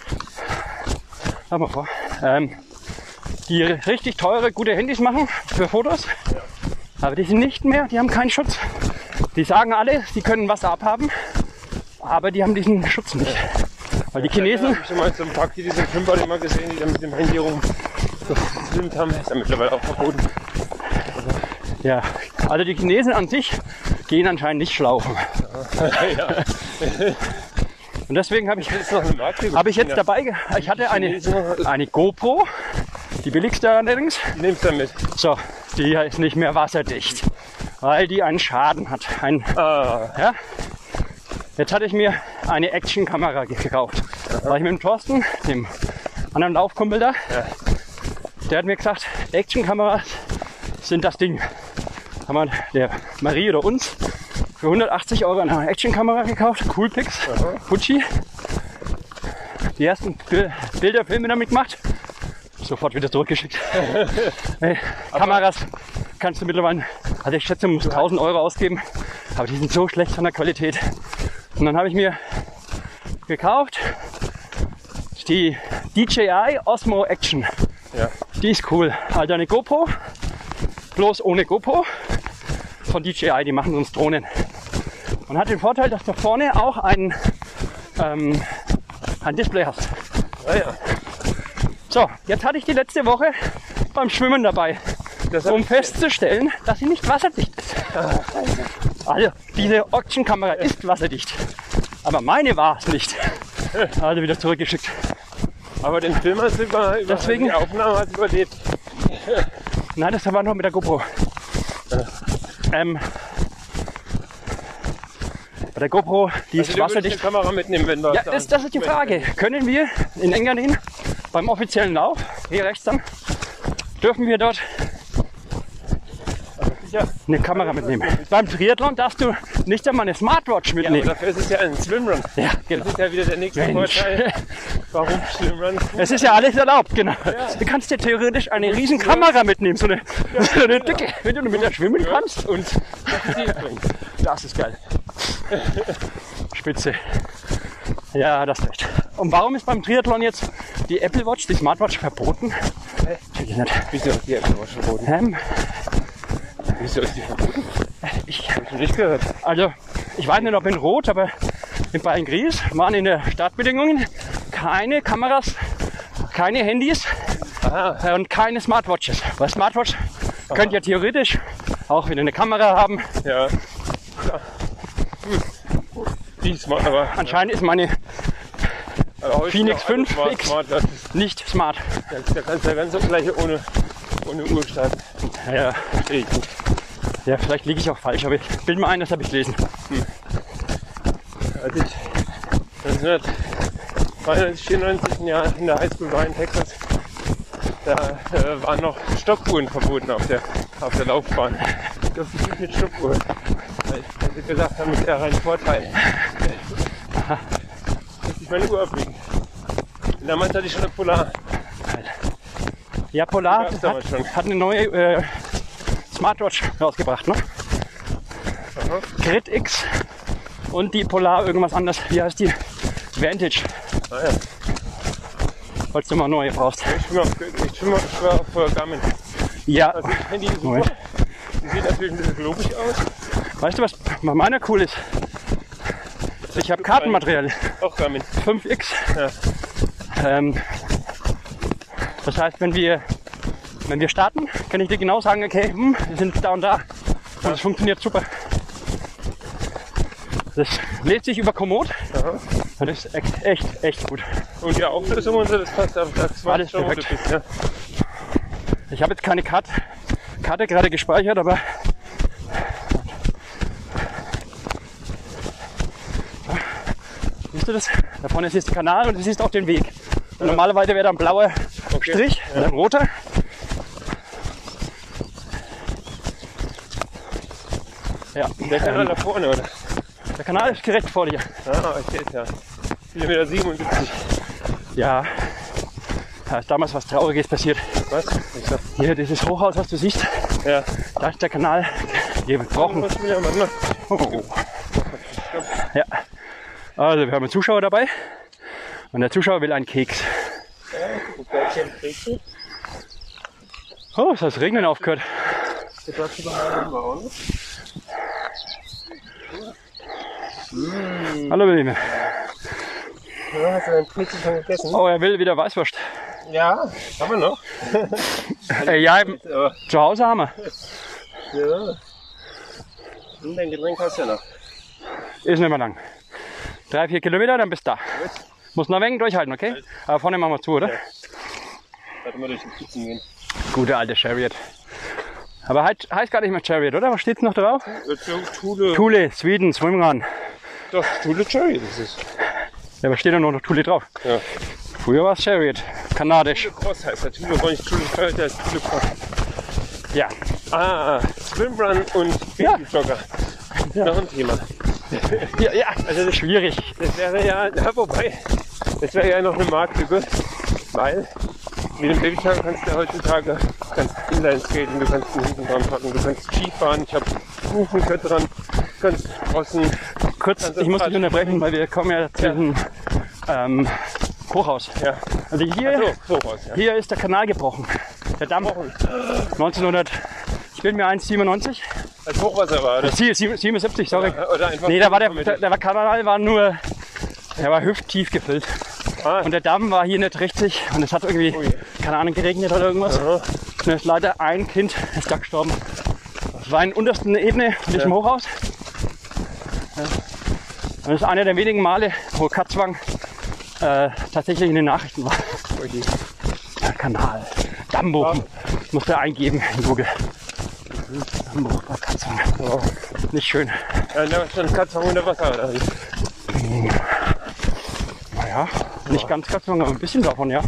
mal vor, ähm, die richtig teure, gute Handys machen für Fotos, aber die sind nicht mehr, die haben keinen Schutz. Die sagen alle, sie können Wasser abhaben, aber die haben diesen Schutz nicht. Weil die Chinesen... Ja, ich habe schon mal so ein paar Kiddies im Schwimmbad immer gesehen, die da mit dem Handy rumgefilmt haben. Ist ja mittlerweile auch verboten. Ja, also die Chinesen an sich gehen anscheinend nicht schlaufen. Ja. Und deswegen habe ich, Ist noch eine Marke, hab ich jetzt dabei, ge- ich hatte eine, eine GoPro, die billigste allerdings. Die nimmst du mit. So, die ist nicht mehr wasserdicht, weil die einen Schaden hat. Ein, Ah, ja? Jetzt hatte ich mir eine Action-Kamera gekauft. War ich mit dem Thorsten, dem anderen Laufkumpel da, der hat mir gesagt, Action-Kameras sind das Ding. Haben wir der Marie oder uns für hundertachtzig Euro eine Action-Kamera gekauft, Coolpix, Fuji. Die ersten Bil- Bilder, Filme damit gemacht, sofort wieder zurückgeschickt. Hey, Kameras kannst du mittlerweile, also ich schätze, du musst tausend Euro ausgeben, aber die sind so schlecht von der Qualität. Und dann habe ich mir gekauft die D J I Osmo Action. ja. Die ist cool. Also eine GoPro, bloß ohne GoPro von D J I, die machen sonst Drohnen. Und hat den Vorteil, dass du vorne auch ein, ähm, ein Display hast. Ah, ja. So, jetzt hatte ich die letzte Woche beim Schwimmen dabei, Das hab um ich- festzustellen, dass sie nicht wasserdicht ist. Also, diese Action-Kamera ist wasserdicht, aber meine war es nicht. Also wieder zurückgeschickt. Aber den Film hat sie über, über Deswegen- die Aufnahme hat sie überlebt. Nein, das war noch mit der GoPro. Ähm, bei der GoPro, die Also ist du würdest die wasserdicht. Kamera mitnehmen, wenn wir Ja, das, das ist die Frage. Können wir in Engadin beim offiziellen Lauf, hier rechts dann, dürfen wir dort Ja, eine Kamera mitnehmen? Beim Triathlon darfst du nicht einmal eine Smartwatch aber mitnehmen. dafür ist es ja ein Swimrun. Ja, genau. Das ist ja wieder der nächste Mensch. Vorteil, warum Swimrun Es ist ja alles erlaubt, genau. Du kannst dir theoretisch eine riesen Kamera mitnehmen, so eine, so eine dicke, wenn du mit der schwimmen kannst. und Ziel bringt. Das ist geil. Spitze. Ja, das ist recht. Und warum ist beim Triathlon jetzt die Apple Watch, die Smartwatch verboten? Check ich nicht. Wieso ist die Apple Watch verboten? Ähm, Wieso ist die verboten? ich, Hab ich noch nicht gehört. also, ich weiß nicht, ob in Rot, aber in Bayern Gries waren in der Startbedingungen keine Kameras, keine Handys Aha, und keine Smartwatches. Weil Smartwatch könnt ihr theoretisch auch wieder eine Kamera haben. ja. ja. Hm. Die ist smart, aber, Anscheinend ist meine aber heute Phoenix ist ja alles fünf smart, X. smart, das ist, nicht smart. da, da kannst du ja ganz so gleich ohne, ohne Uhr starten. Ja, Verstehe ich nicht. ja, vielleicht liege ich auch falsch, aber ich bilde mir ein, das habe ich gelesen. Als ich neunzehnhundertdreiundneunzig, vierundneunzig ein Jahr in der Highschool war in Texas, da äh, waren noch Stoppuhren verboten auf der, auf der Laufbahn. Ich durfte nicht mit Stoppuhr, weil, weil sie gesagt haben, mit der reinen Vorteil. Muss ich meine Uhr abbiegen. Und damals hatte ich schon eine Polar. Ja, Polar Die gab's damals hat, schon. hat eine neue äh, Smartwatch rausgebracht, ne? Aha. Grid X und die Polar irgendwas anderes. Wie heißt die? Vantage, Ah, ja. falls du mal neue brauchst. Ich schwimme auf, ich schwimme auf, schwör auf äh, Garmin. Ja, Also das Handy ist super. Moment. Die sieht natürlich ein bisschen globig aus. Weißt du, was bei meiner cool ist? Ich habe Kartenmaterial, Auch Garmin. fünf X. Ja. Ähm, das heißt, wenn wir, wenn wir starten, kann ich dir genau sagen, okay, hm, wir sind da und da. Und es funktioniert super. Das lädt sich über Komoot. Aha. Und das ist echt, echt, echt gut. Und die Auflösung und so, das passt auf das Alles schon, wo du perfekt. bist, ja. Ich habe jetzt keine Karte, Karte gerade gespeichert, aber siehst du das? Da vorne ist der Kanal und du siehst auch den Weg. Und normalerweise wäre da ein blauer Okay. Strich und ein roter. Ja, Der Kanal ähm, da vorne, oder? der Kanal ist direkt vor dir. Ah, ich sehe es ja. Kilometer siebenundsiebzig. Ja, da ist damals was Trauriges passiert. Was? Ich sag, Hier, dieses Hochhaus, was du siehst, ja. da ist der Kanal. Wir brauchen. Was will der Mann noch? Oh. Ja. Also, wir haben einen Zuschauer dabei. Und der Zuschauer will einen Keks. Oh, es hat das Regnen aufgehört. Mm. Hallo, Wilhelm. Ja, hast du deinen Keks schon gegessen? Oh, er will wieder Weißwurst. Ja, haben wir noch. Äh, ja, im, Aber, zu Hause haben wir. ja. Und dein Getränk hast du ja noch. Ist nicht mehr lang. Drei, vier Kilometer, dann bist du da. Muss noch ein wenig durchhalten, okay? Aber vorne machen wir zu, oder? Ja. Warte mal durch den Kitzen gehen. Gute alte Chariot. Aber heißt, heißt gar nicht mehr Chariot, oder? Was steht's noch drauf? Thule. Thule, Sweden, Swimrun. Doch, Thule Chariot ist es. Ja, aber steht da nur noch Thule drauf. Ja. Früher war es Chariot. Kanadisch. Thule Cross heißt der. Thule war nicht Thule Chariot, der ist Thule Cross. Ja. Ah, Swimrun und Ja. Babyjogger. Ja. Noch ein Thema. Ja, ja, also das ist schwierig. Das wäre ja, ja wobei, das wäre ja noch eine Marktlücke, weil mit dem Babyjogger kannst du ja heutzutage kannst Inline-Skaten, du kannst den hinten dran packen, du kannst Skifahren, ich habe Hufenkette dran, du kannst draußen. Kurz, kannst ich muss dich Rad- unterbrechen, weil wir kommen ja zu diesem ähm, Hochhaus. Ja, Also hier, so, so was, ja. hier ist der Kanal gebrochen. Der Damm. neunzehnhundert, ich bin mir eins Komma siebenundneunzig. Als Hochwasser war das. Sie- sie- siebenundsiebzig, sorry. Oder einfach. Nee, da war der, der, der Kanal war nur, der war hüfttief gefüllt. Ah, Und der Damm war hier nicht richtig und es hat irgendwie, Ui. keine Ahnung, geregnet oder irgendwas. Aha. Und da ist leider ein Kind ist da gestorben. Das war in der untersten Ebene von diesem Ja. Hochhaus. Ja. Und das ist einer der wenigen Male, wo Katzwang äh, tatsächlich in den Nachrichten war. ui. Der Kanal. Dammbruch. Musst du eingeben in Google. Dammbruch bei Katzwang. Oh. Nicht schön. Ja, da ist schon Katzwang unter Wasser, oder? Naja, nicht ganz Katzwang, aber ein bisschen davon, ja.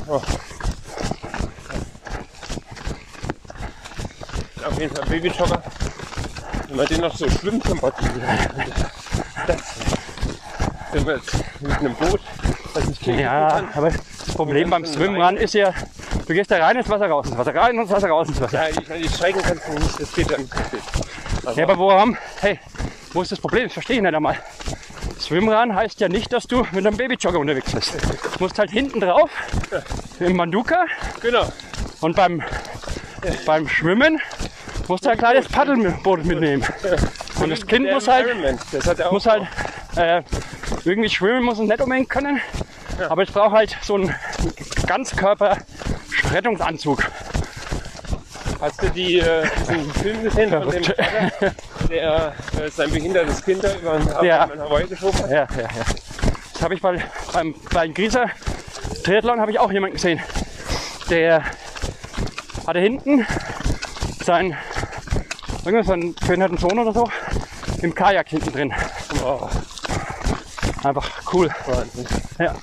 Auf jeden Fall Babyjogger. Wenn man den noch so schwimmt zum Bad. Das. Wenn man jetzt mit einem Boot, das nicht klingt, Ja, aber das Problem beim Schwimmen ist ja, du gehst da rein ins Wasser, raus ins Wasser, rein ins Wasser, raus ins Wasser. Ja, ich meine, die steigen kannst du nicht, das geht dann. Aber, Ja, aber wo haben, hey, wo ist das Problem? Das verstehe ich nicht einmal. Schwimmran heißt ja nicht, dass du mit einem Babyjogger unterwegs bist. Du musst halt hinten drauf, im Manduka, genau. und beim, beim Schwimmen musst du ein kleines Paddelboot mitnehmen. Und das Kind Der muss halt, Ironman, das hat er auch. muss halt äh, irgendwie schwimmen, muss es nicht unbedingt können. Aber es braucht halt so einen Ganzkörper-Rettungsanzug. Hast du die, äh, diesen Film gesehen von dem Vater, der äh, sein behindertes Kind da über den Ja. in Hawaii geschoben hat? Ja, ja, ja. Das habe ich bei, beim, beim Grieser Triathlon habe ich auch jemanden gesehen. Der hatte hinten seinen, irgendwas, seinen behinderten Sohn oder so im Kajak hinten drin. Oh, Einfach cool. Wahnsinn. Ja.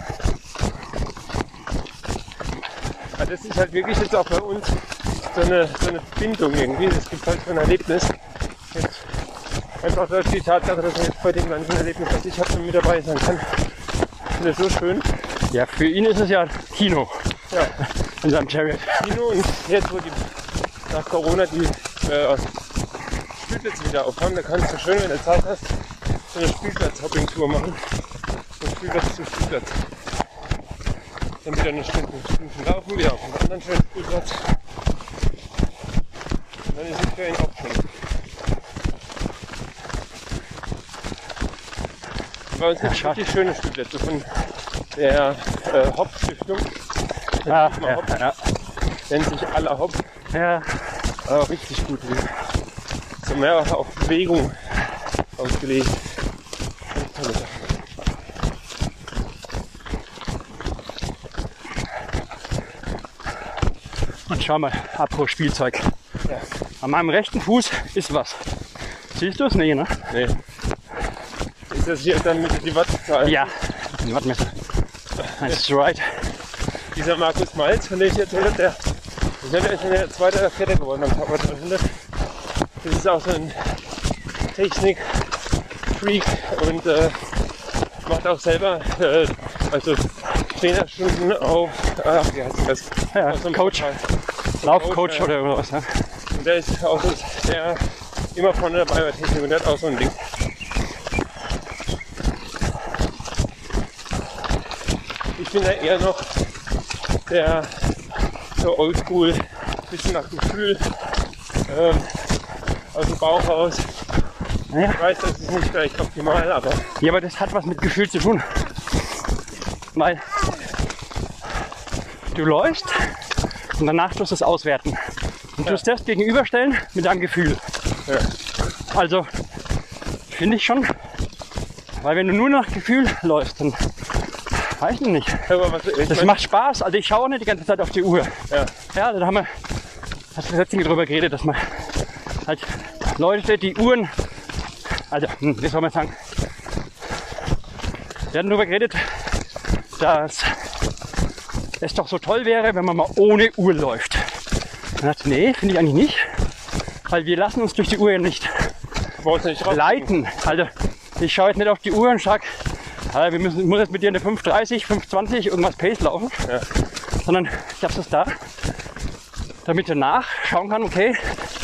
Ja, das ist halt wirklich jetzt auch bei uns so eine, so eine Bindung irgendwie. Es gibt halt so ein Erlebnis. Jetzt einfach durch die Tatsache, dass man jetzt bei dem ganzen Erlebnis, was ich habe, mit dabei sein kann. Ich finde das so schön. Ja, für ihn ist es ja Kino Ja, in seinem Chariot. Kino und jetzt, wo die nach Corona die äh, Spielplätze wieder aufhaben, da kannst du schön, wenn du Zeit hast, so eine Spielplatz-Hopping-Tour machen. Von Spielplatz zu Spielplatz. Dann wieder eine Stunde, Stunden laufen, wieder auf einen anderen schönen Spielplatz. Und dann ist es für ihn auch schön. Bei uns gibt es schade. richtig schöne Spielplätze von der äh, Hop-Stiftung. Ja, Dietmar ja, Hopp. ja, Nennt sich Aller Hop. ja. Aber richtig gut. So mehr auf Bewegung ausgelegt. Tolle Sache. Und schau mal, apropos Spielzeug. Ja. An meinem rechten Fuß ist was. Siehst du es? Nee, ne? Nee. Ist das hier dann mit die Wattzahl? Ja. Ein Wattmesser. Ein Stride. Dieser Markus Malz, von dem ich erzählt habe, der ist ja der der zweite oder vierte geworden am Power dreihundert. Das ist auch so ein Technik-Freak und äh, macht auch selber äh, also Trainerstunden auf, ach, wie heißt das? Ja, Auf so einem Coach. Portal. Laufcoach oder irgendwas. Ja. Und der ist auch so, der immer vorne dabei bei Technik und der hat auch so ein Ding. Ich bin ja eher noch der so oldschool, bisschen nach Gefühl, ähm, aus dem Bauch raus. Ja. Ich weiß, das ist nicht vielleicht optimal, aber Ja, aber das hat was mit Gefühl zu tun. Weil du läufst und danach tust du es auswerten. Und tust das gegenüberstellen mit deinem Gefühl. ja, Also finde ich schon, weil wenn du nur nach Gefühl läufst, dann weiß ich nicht. aber was, ich Das mein, macht Spaß. Also ich schaue nicht die ganze Zeit auf die Uhr. ja, Ja, da haben wir hast du letztens drüber geredet, dass man halt Leute, die Uhren, also hm, wie soll man sagen, wir hatten darüber geredet, dass es doch so toll wäre, wenn man mal ohne Uhr läuft. Dann dachte ich, nee, finde ich eigentlich nicht, weil wir lassen uns durch die Uhr ja nicht brauchst du nicht drauf. leiten. Also ich schaue jetzt nicht auf die Uhr und sage, ah, wir müssen, ich muss jetzt mit dir eine fünf dreißig, fünf zwanzig irgendwas Pace laufen, Ja. sondern ich habe das da, damit ich danach schauen kann, okay,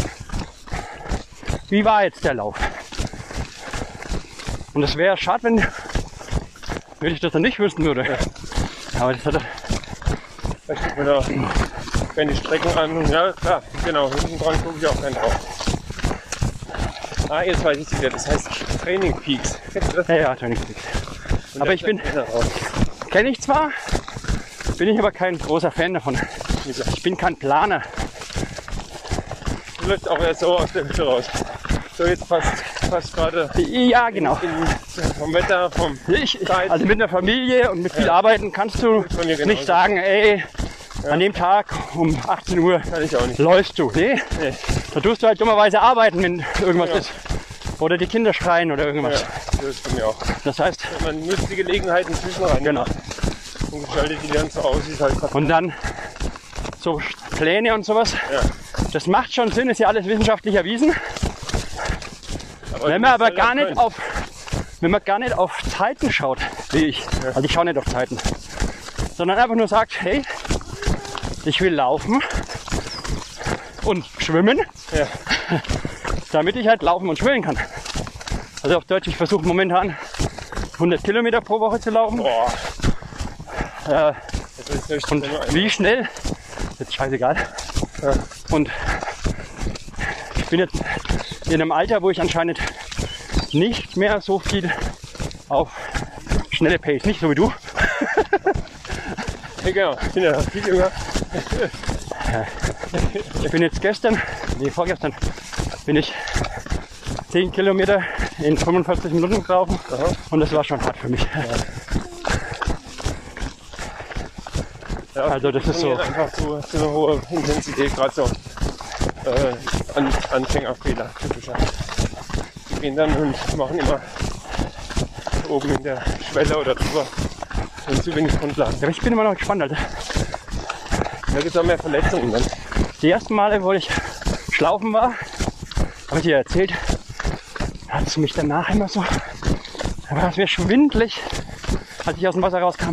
wie war jetzt der Lauf? Und es wäre schade, wenn, wenn ich das dann nicht wissen würde. Ja. Aber das hat er, Da steht mir da, wenn die Strecken an und ja klar, genau, hinten dran gucke ich auch keinen drauf. Ah, jetzt weiß ich es wieder, das heißt Training Peaks. Kennst du das? ja, ja, hat ja nichts. Und Aber da ich bin, steht da drauf. kenne ich zwar, bin ich aber kein großer Fan davon. Wieso? Ich bin kein Planer. Du läufst auch erst so aus der Hütte raus. So jetzt fast, fast gerade Ja, genau. in, vom Wetter, vom Ich, Zeit. also mit einer Familie und mit viel Ja. Arbeiten kannst du Bei mir genauso. nicht sagen, ey, an dem Tag um achtzehn Uhr Kann ich auch nicht. läufst du. Nee, Nee. da tust du halt dummerweise arbeiten, wenn irgendwas Ja. ist. Oder die Kinder schreien oder irgendwas. Ja, das ist bei mir auch. Das heißt, Man nutzt die Gelegenheit in Füßen rein genau. und gestaltet die dann so aus, wie es halt gerade. Und dann so Pläne und sowas. Ja. Das macht schon Sinn, ist ja alles wissenschaftlich erwiesen. Aber Wenn du man musst aber halt gar auch nicht können. auf, wenn man gar nicht auf Zeiten schaut, wie ich. Also ich schaue nicht auf Zeiten. Sondern einfach nur sagt, hey, ich will laufen und schwimmen, Ja. damit ich halt laufen und schwimmen kann. Also auf Deutsch, ich versuche momentan hundert Kilometer pro Woche zu laufen. Boah. Äh, Das ist höchstens und nur ein- wie schnell, jetzt scheißegal. Ja. Und ich bin jetzt in einem Alter, wo ich anscheinend nicht mehr so viel auf schnelle Pace, nicht so wie du. Ja, genau. Ich bin ja viel jünger. Ich bin jetzt gestern, nee vorgestern, bin ich zehn Kilometer in fünfundvierzig Minuten gelaufen und das war schon hart für mich. Ja, Also das ist so, einfach so, so eine hohe Intensität, gerade so äh, An Anfängerfehler, typischer. Die gehen dann und machen immer oben in der Schwelle oder drüber und zu wenig Grundlagen. ja, aber ich bin immer noch gespannt, Alter. Da gibt es auch mehr Verletzungen dann. Die ersten Male, wo ich schlaufen war, habe ich dir erzählt, hat es mich danach immer so, da war es mir schwindelig, als ich aus dem Wasser rauskam.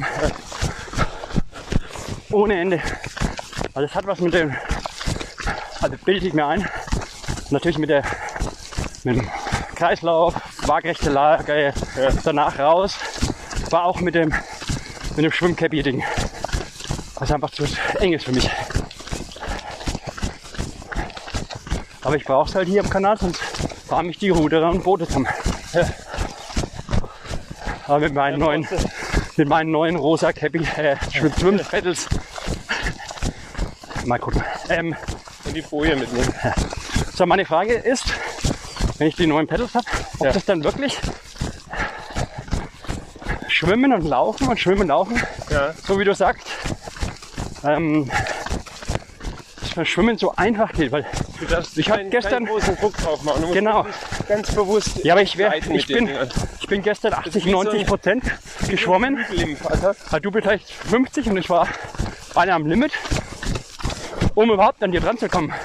Ohne Ende. Also es hat was mit dem, also bilde ich mir ein, natürlich mit der, mit dem Kreislauf, waagrechte Lage, Ja. danach raus, war auch mit dem, mit dem Schwimmcappy-Ding, was einfach zu eng ist für mich. Aber ich brauche es halt hier am Kanal, sonst fahren mich die Ruderer und Boote zusammen. Ja. Aber mit meinen neuen, mit meinen neuen rosa Cappy, äh, Schwimm-Pedals. Mal gucken. Ähm, Und die Boje mitnehmen. so, meine Frage ist, wenn ich die neuen Pedals habe, ob Ja. das dann wirklich Schwimmen und Laufen und Schwimmen und Laufen, Ja. so wie du sagst, ähm, dass das Schwimmen so einfach geht, weil Du darfst Ich hab keinen, gestern- keinen großen Druck drauf machen. Du musst Genau. wirklich ganz bewusst. ja, aber ich, wär, leiten ich, mit den bin, Dingern. ich bin gestern achtzig, wie so ein- neunzig Prozent geschwommen. Im Vater. Also du bist vielleicht fünfzig und ich war beinahe am Limit, um überhaupt an dir dran zu kommen.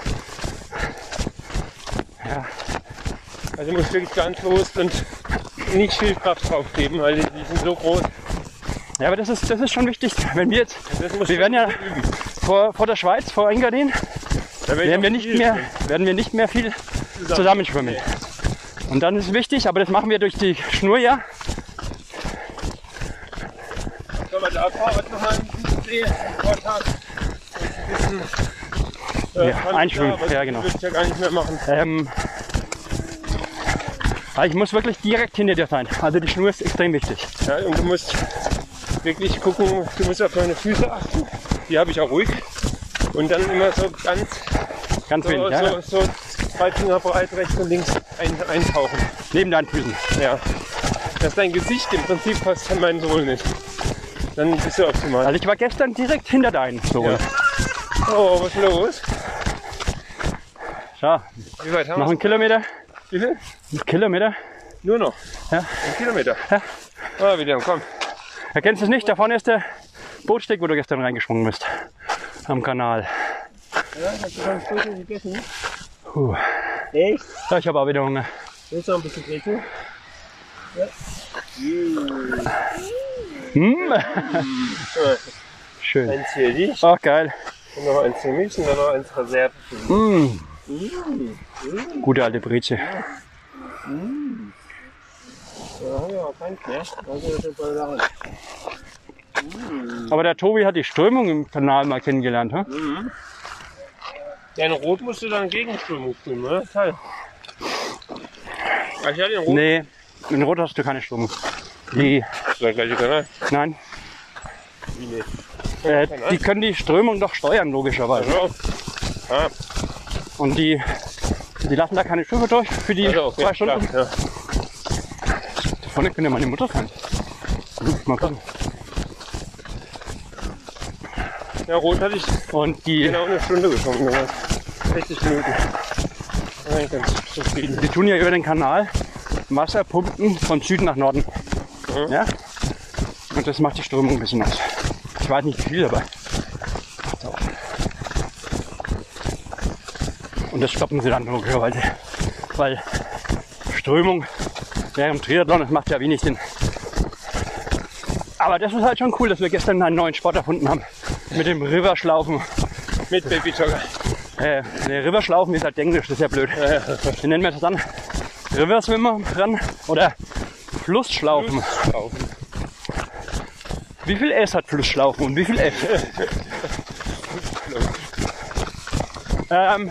Ja, Also du musst wirklich ganz bewusst und nicht viel Kraft drauf geben, weil die, die sind so groß. ja, aber das ist, das ist schon wichtig. Wenn wir jetzt, Das muss wir werden ja üben. vor, vor der Schweiz, vor Engadin, Da werde ich werden auch wir nicht viel mehr, schwimmen. werden wir nicht mehr viel zusammenschwimmen. Und dann ist wichtig, aber das machen wir durch die Schnur ja. Sollen wir da Fahrrad noch mal ein bisschen sehen? Vortag. Ein bisschen äh, Ja, einschwimmen. aber Ja, genau. Das würde ich ja gar nicht mehr machen. Ähm, aber ich muss wirklich direkt hinter dir sein. Also die Schnur ist extrem wichtig. Ja, und du musst wirklich gucken, du musst auf deine Füße achten. Die habe ich auch ruhig. Und dann immer so ganz Ganz so, wenig, ja. so, so zwei Finger breit rechts und links ein, eintauchen. Neben deinen Füßen. Ja. Dass dein Gesicht im Prinzip fast an meinen Sohlen ist. Dann bist du optimal. Also ich war gestern direkt hinter deinen. So. Ja. Oh, was ist los? So, Wie weit haben noch wir einen Kilometer. Wie viel? Einen Kilometer. Nur noch? Ja. Ein Kilometer? Ja. Ah, wieder, komm. Erkennst du es nicht? Da vorne ist der Bootsteg, wo du gestern reingeschwungen bist. Am Kanal. Ja, hast du ganz gut gegessen? Puh. Echt? Ja, ich habe auch wieder Hunger. Willst du noch ein bisschen Brezel? Ja. Hm. Schön. Eins für dich, Ach, geil. und noch eins für mich und dann noch eins Reserve für mich. Mm. Gute alte Breze. Ja, ja, kein mehr. Also, das war daran. Aber der Tobi hat die Strömung im Kanal mal kennengelernt, ha? Ja, in Rot musst du dann Gegenströmung schwimmen, oder? Teil. Ach, ich hatte in Rot. Nee, in Rot hast du keine Strömung. Die, Das ist der gleiche Kanal. nein, Wie nicht? äh, die können die Strömung doch steuern, logischerweise. Also, ah, Und die, die lassen da keine Schiffe durch für die also okay, zwei Stunden. klar, ja. Da vorne könnte meine Mutter sein. Hm, Mal gucken. Ja, Rot hatte ich Und die, genau eine Stunde geschwommen. Das war sechzig Minuten. Ja, ich ganz zufrieden. die tun ja über den Kanal Wasser pumpen von Süden nach Norden. Mhm. Ja? Und das macht die Strömung ein bisschen aus. Ich weiß nicht wie viel, aber macht's auch. Und das stoppen sie dann logischerweise. Weil Strömung während dem Triathlon, das macht ja wenig Sinn. Aber das ist halt schon cool, dass wir gestern einen neuen Sport erfunden haben. Mit dem Riverschlaufen. Mit Babyjogger. Äh, der Riverschlaufen ist halt Englisch, das ist ja blöd. Wie nennen wir das dann? Riverswimmer dran oder Flussschlaufen? Laufen. Wie viel S hat Flussschlaufen und wie viel F? ähm,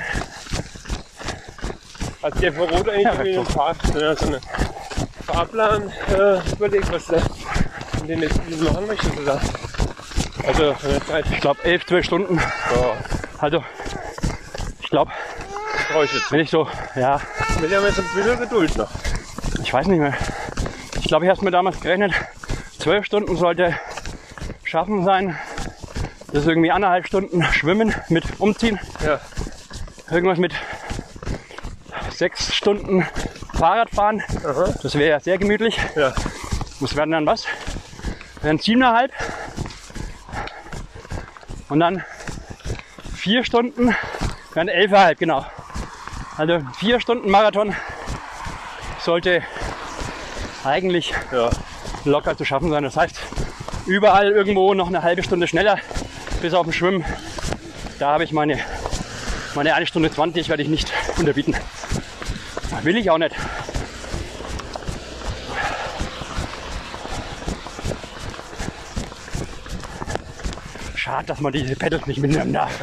Hat der für Rot eigentlich Ja, irgendwie einen doch. Fahr ja, so einen Fahrplan äh, überlegt, was der in den nächsten Minuten machen möchte? Oder? Also von der Zeit. ich glaube elf, zwölf Stunden. Ja, Also, ich glaube, brauche ich jetzt. wenn ich so, ja, Wir haben jetzt ein bisschen Geduld noch. ich weiß nicht mehr. Ich glaube, ich habe mir damals gerechnet, zwölf Stunden sollte schaffen sein. Das ist irgendwie anderthalb Stunden Schwimmen mit Umziehen. Ja. Irgendwas mit sechs Stunden Fahrradfahren. Aha. Das wäre ja sehr gemütlich. Ja. Das werden dann was? Wären siebeneinhalb. Und dann vier Stunden, wären elfeinhalb, genau. Also vier Stunden Marathon sollte eigentlich Ja. locker zu schaffen sein. Das heißt, überall irgendwo noch eine halbe Stunde schneller, bis auf dem Schwimmen. Da habe ich meine, meine eine Stunde zwanzig werde ich nicht unterbieten. Will ich auch nicht. Schade, dass man diese Pedals nicht mitnehmen darf.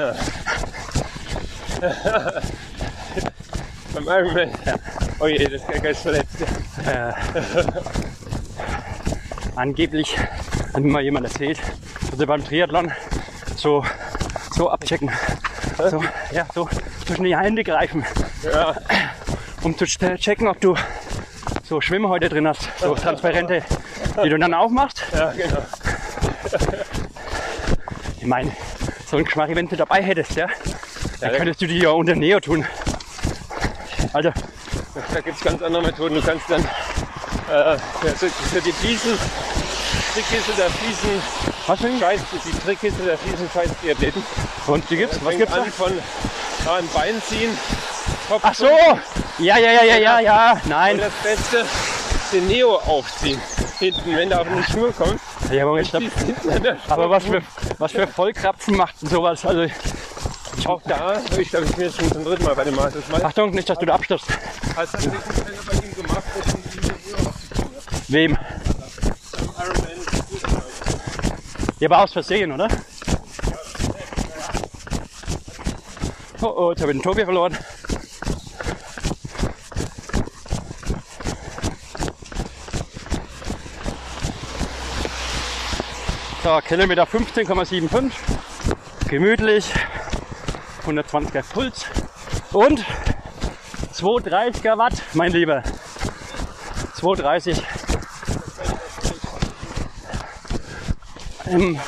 Beim Ironman. Oh je, das Geiger ist verletzt. Äh, angeblich hat mir mal jemand erzählt, dass er beim Triathlon so, so abchecken. So, ja, so zwischen die Hände greifen, Ja. um zu checken, ob du so Schwimmhäute drin hast, so transparente, die du dann aufmachst. Ja, genau. Ich meine, so ein Geschmack, wenn du dabei hättest, ja, dann Ja, könntest du die ja unter Neo tun. Also, Da gibt es ganz andere Methoden. Du kannst dann äh, für, für die Fliesen, Trickkiste der Fliesen, was für ein Scheiß, die Trickkiste der Fliesen Scheiß Triathleten. Und die gibt's? Was Fängt gibt's da? an von ja, ein Bein ziehen, Kopf Ach so! Ja, ja, ja, ja, ja, ja. und Nein. das Beste, den Neo aufziehen. Hinten, wenn der auf den Schnur kommt, Ja, Moment, stopp. ziehst du hinten an der Schnur. Aber was für, was für Vollkrapfen macht denn sowas? Also, ich auch da, ich glaube, ich bin jetzt schon zum dritten Mal bei dem Masters mal. Achtung, nicht, dass du da abstürzt. Als hat sich einer bei ihm gemacht, der schon die Uhr aufgezogen hat. Wem? Am Ironman. Ja, aber aus Versehen, oder? Oh oh, jetzt habe ich den Tobi verloren. So, Kilometer fünfzehn Komma fünfundsiebzig. Gemütlich. hundertzwanziger Puls. Und zweihundertdreißiger Watt, mein Lieber. zweihundertdreißig. Ähm,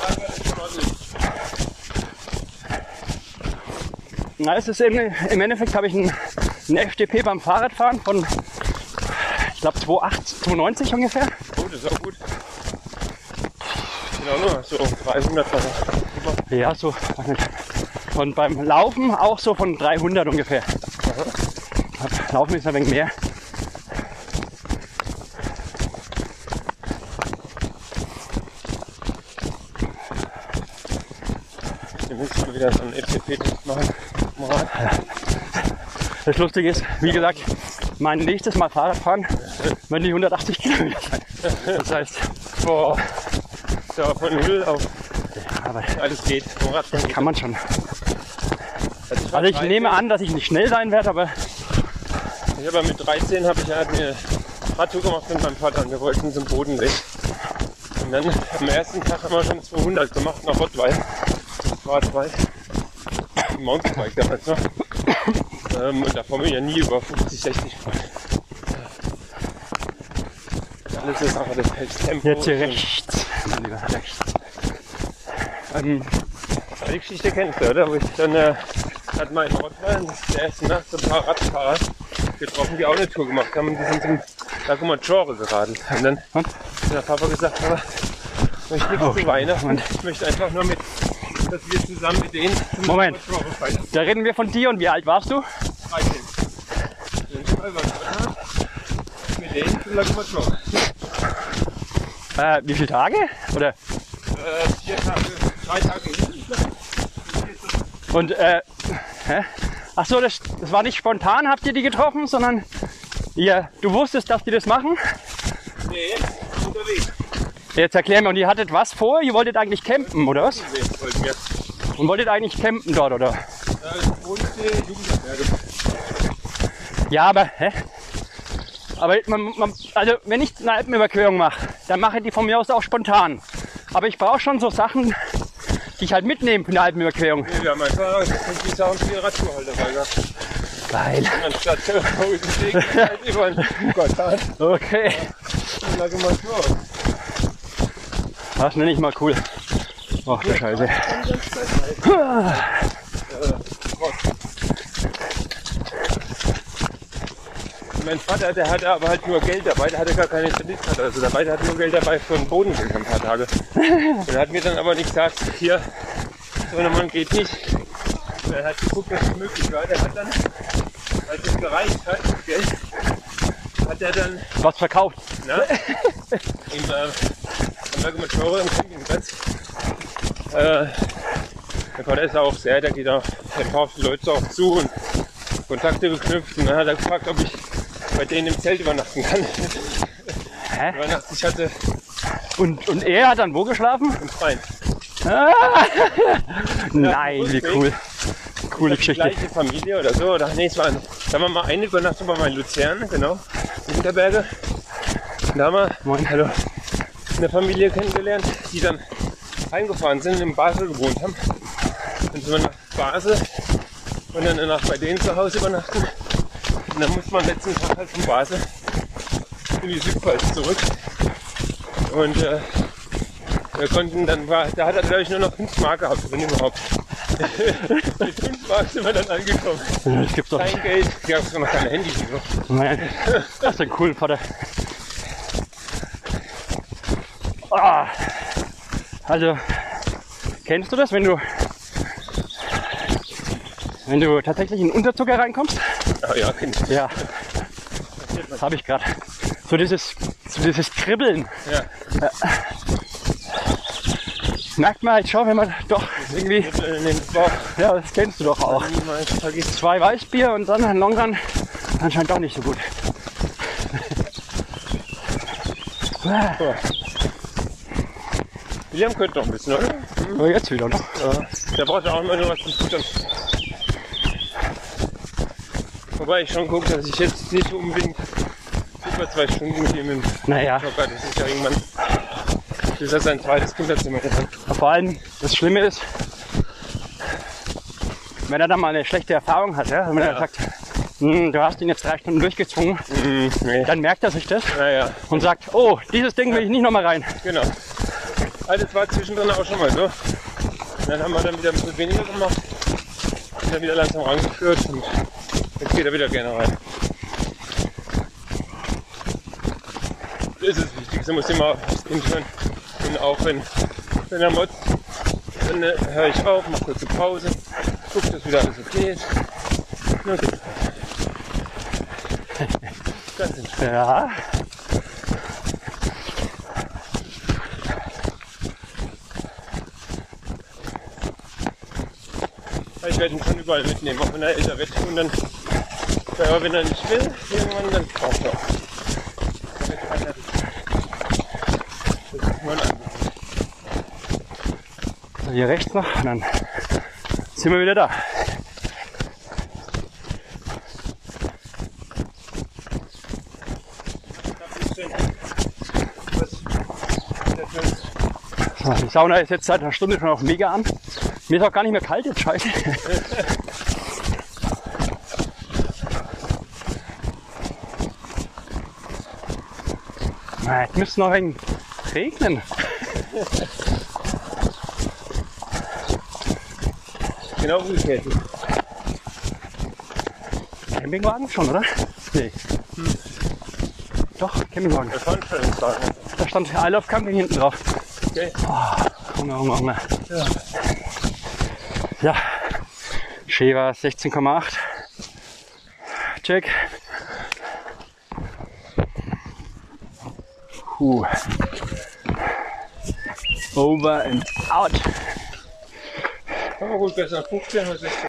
na, es ist im, im Endeffekt habe ich einen, einen F D P beim Fahrradfahren von, ich glaube, zweihundertneunzig ungefähr. Oh, das ist auch gut. Genau, nur so dreihundert. Ja, so. Und beim Laufen auch so von dreihundert ungefähr. Aha. Laufen ist ein wenig mehr. Wir müssen mal wieder so einen F D P-Test machen. Das Lustige ist, wie gesagt, mein nächstes Mal Fahrradfahren werden die hundertachtzig Kilometer sein. Das heißt, boah, so von null auf aber alles geht. das kann man schon. Also ich nehme an, dass ich nicht schnell sein werde, aber ich habe mit dreizehn habe ich ja eine Radtour gemacht mit meinem Vater und wir wollten zum Bodensee. Und dann am ersten Tag haben wir schon zweihundert gemacht nach Rottweil. Schwarzwald. Mountainbike damals noch. Ähm, und davor bin ich ja nie über fünfzig, sechzig gefahren. Alles ist Sache des Tempo. jetzt hier rechts. Mein Lieber, rechts. Ähm, die Geschichte kennst du, oder? Wo ich dann äh, hat mal in Rottweil der ersten Nacht so ein paar Radfahrer getroffen, die auch eine Tour gemacht haben und die sind zum Lagomaggiore geradelt. Und dann hat der Papa gesagt, aber ich möchte nichts Oh, zu Weihnachten, Moment. ich möchte einfach nur mit, dass wir zusammen mit denen zum Moment. Lagomaggiore feiern. Da reden wir von dir und wie alt warst du? dreizehn. Dann sind wir über mit denen zum Lagomaggiore. Äh, wie viele Tage? Oder? Äh, vier Tage, drei Tage hin. Und äh, hä? Ach so, das, das war nicht spontan, habt ihr die getroffen, sondern ihr, du wusstest, dass die das machen? Nee, unterwegs. Jetzt erklär mir, und ihr hattet was vor? Ihr wolltet eigentlich campen, oder was? Unterwegs wollten wir. Und wolltet eigentlich campen dort, oder? Äh, Bodensee, Jugendherberge. Ja, aber, hä? Aber man, man, also wenn ich eine Alpenüberquerung mache, dann mache ich die von mir aus auch spontan. Aber ich brauche schon so Sachen, die ich halt mitnehme für eine Alpenüberquerung. Nee, wir haben einfach die Sachen für die Radtour halt dabei gehabt. Geil. Und anstatt Hosenweg halt über einen Quartal. Okay. Und dann mal so. Das nenne ich mal cool. Ach du Scheiße. Mein Vater, der hatte aber halt nur Geld dabei, der hatte gar keine Kreditkarte. Also dabei, der hatte nur Geld dabei für einen Bodensee ein paar Tage. Und er hat mir dann aber nicht gesagt, hier, so ein Mann geht nicht. Und er hat geguckt, dass es möglich war. Der hat dann, als es gereicht hat, das Geld, hat er dann Was verkauft? na, im äh, Lagomaggiore im Campingplatz. Äh, der Vater ist auch sehr, der geht auch, der kauft die Leute auch zu und Kontakte geknüpft. Und dann hat er gefragt, ob ich bei denen im Zelt übernachten kann. Hä? Übernachten, ich hatte Und, und er hat dann wo geschlafen? im Freien. Ah! Nein, wie cool. Coole Die Geschichte. gleiche Familie oder so. Oder, nee, es war, sagen wir mal, eine Übernachtung bei meinen Luzern, genau, in Hinterberge. Und da haben wir Moin. hallo, eine Familie kennengelernt, die dann heimgefahren sind, in Basel gewohnt haben. Dann sind wir nach Basel und dann danach bei denen zu Hause übernachten. Und dann musste man letzten Tag halt von Basel in die Südpfalz zurück. Und äh, wir konnten dann, war, da hat er glaube ich nur noch fünf Mark gehabt, wenn überhaupt. Mit fünf Mark sind wir dann angekommen. Das gibt's doch nicht. Kein Geld, ja, es noch keine Handys. So. Nein. Das ist ein cool, Vater. Ah. Also, kennst du das, wenn du wenn du tatsächlich in Unterzucker reinkommst? Ah, ja, kenn ich. Ja, das habe ich gerade. So dieses, so dieses Kribbeln. Ja. merkt man halt schon, wenn man doch irgendwie, In den Bauch ja, das kennst du doch auch. niemals vergisst. Zwei Weißbier und dann ein Longrun, anscheinend doch nicht so gut. So. William könnte noch ein bisschen, oder? Aber jetzt wieder noch. Ja. Der braucht ja auch immer nur was zum Futtern. Wobei ich schon gucke, dass ich jetzt nicht unbedingt über zwei Stunden gehe mit dem Naja, Jogger. Das ist ja irgendwann, bis er sein zweites Kinderzimmer hat. vor allem das Schlimme ist, wenn er dann mal eine schlechte Erfahrung hat, ja, wenn er Ja. sagt, hm, du hast ihn jetzt drei Stunden durchgezwungen, Mhm, nee. dann merkt er sich das Naja, und sagt, oh, dieses Ding will ich nicht nochmal rein. genau. Also das war zwischendrin auch schon mal so. Und dann haben wir dann wieder ein bisschen weniger gemacht. Und dann wieder langsam rangeführt und jetzt geht er wieder gerne rein. Das ist das Wichtigste, muss immer aufs Kind hören. Und auch wenn, wenn er motzt, dann äh, höre ich auf, mache kurze Pause, gucke, dass wieder alles okay ist. Und okay. Ganz entspannt. Ja, Ich werde ihn schon überall mitnehmen, auch wenn er älter wird. Und dann, aber wenn er nicht will, irgendwann, dann braucht er auch. Das ist nur ein Angebot. so hier rechts noch und dann sind wir wieder da. So, die Sauna ist jetzt seit einer Stunde schon auch mega an. Mir ist auch gar nicht mehr kalt jetzt, scheiße. Na, jetzt müsste noch ein wenig regnen. Genau umgekehrt. Campingwagen schon, oder? Nee. Hm. Doch, Campingwagen. Der Veranstaltungswagen. Da stand I Love Camping hinten drauf. Okay. Hunger, Hunger, Hunger. Ja. Ja, Sheva sechzehn Komma acht. Check. Puh. Over and out. Aber gut, besser fünfzehn als sechzehn.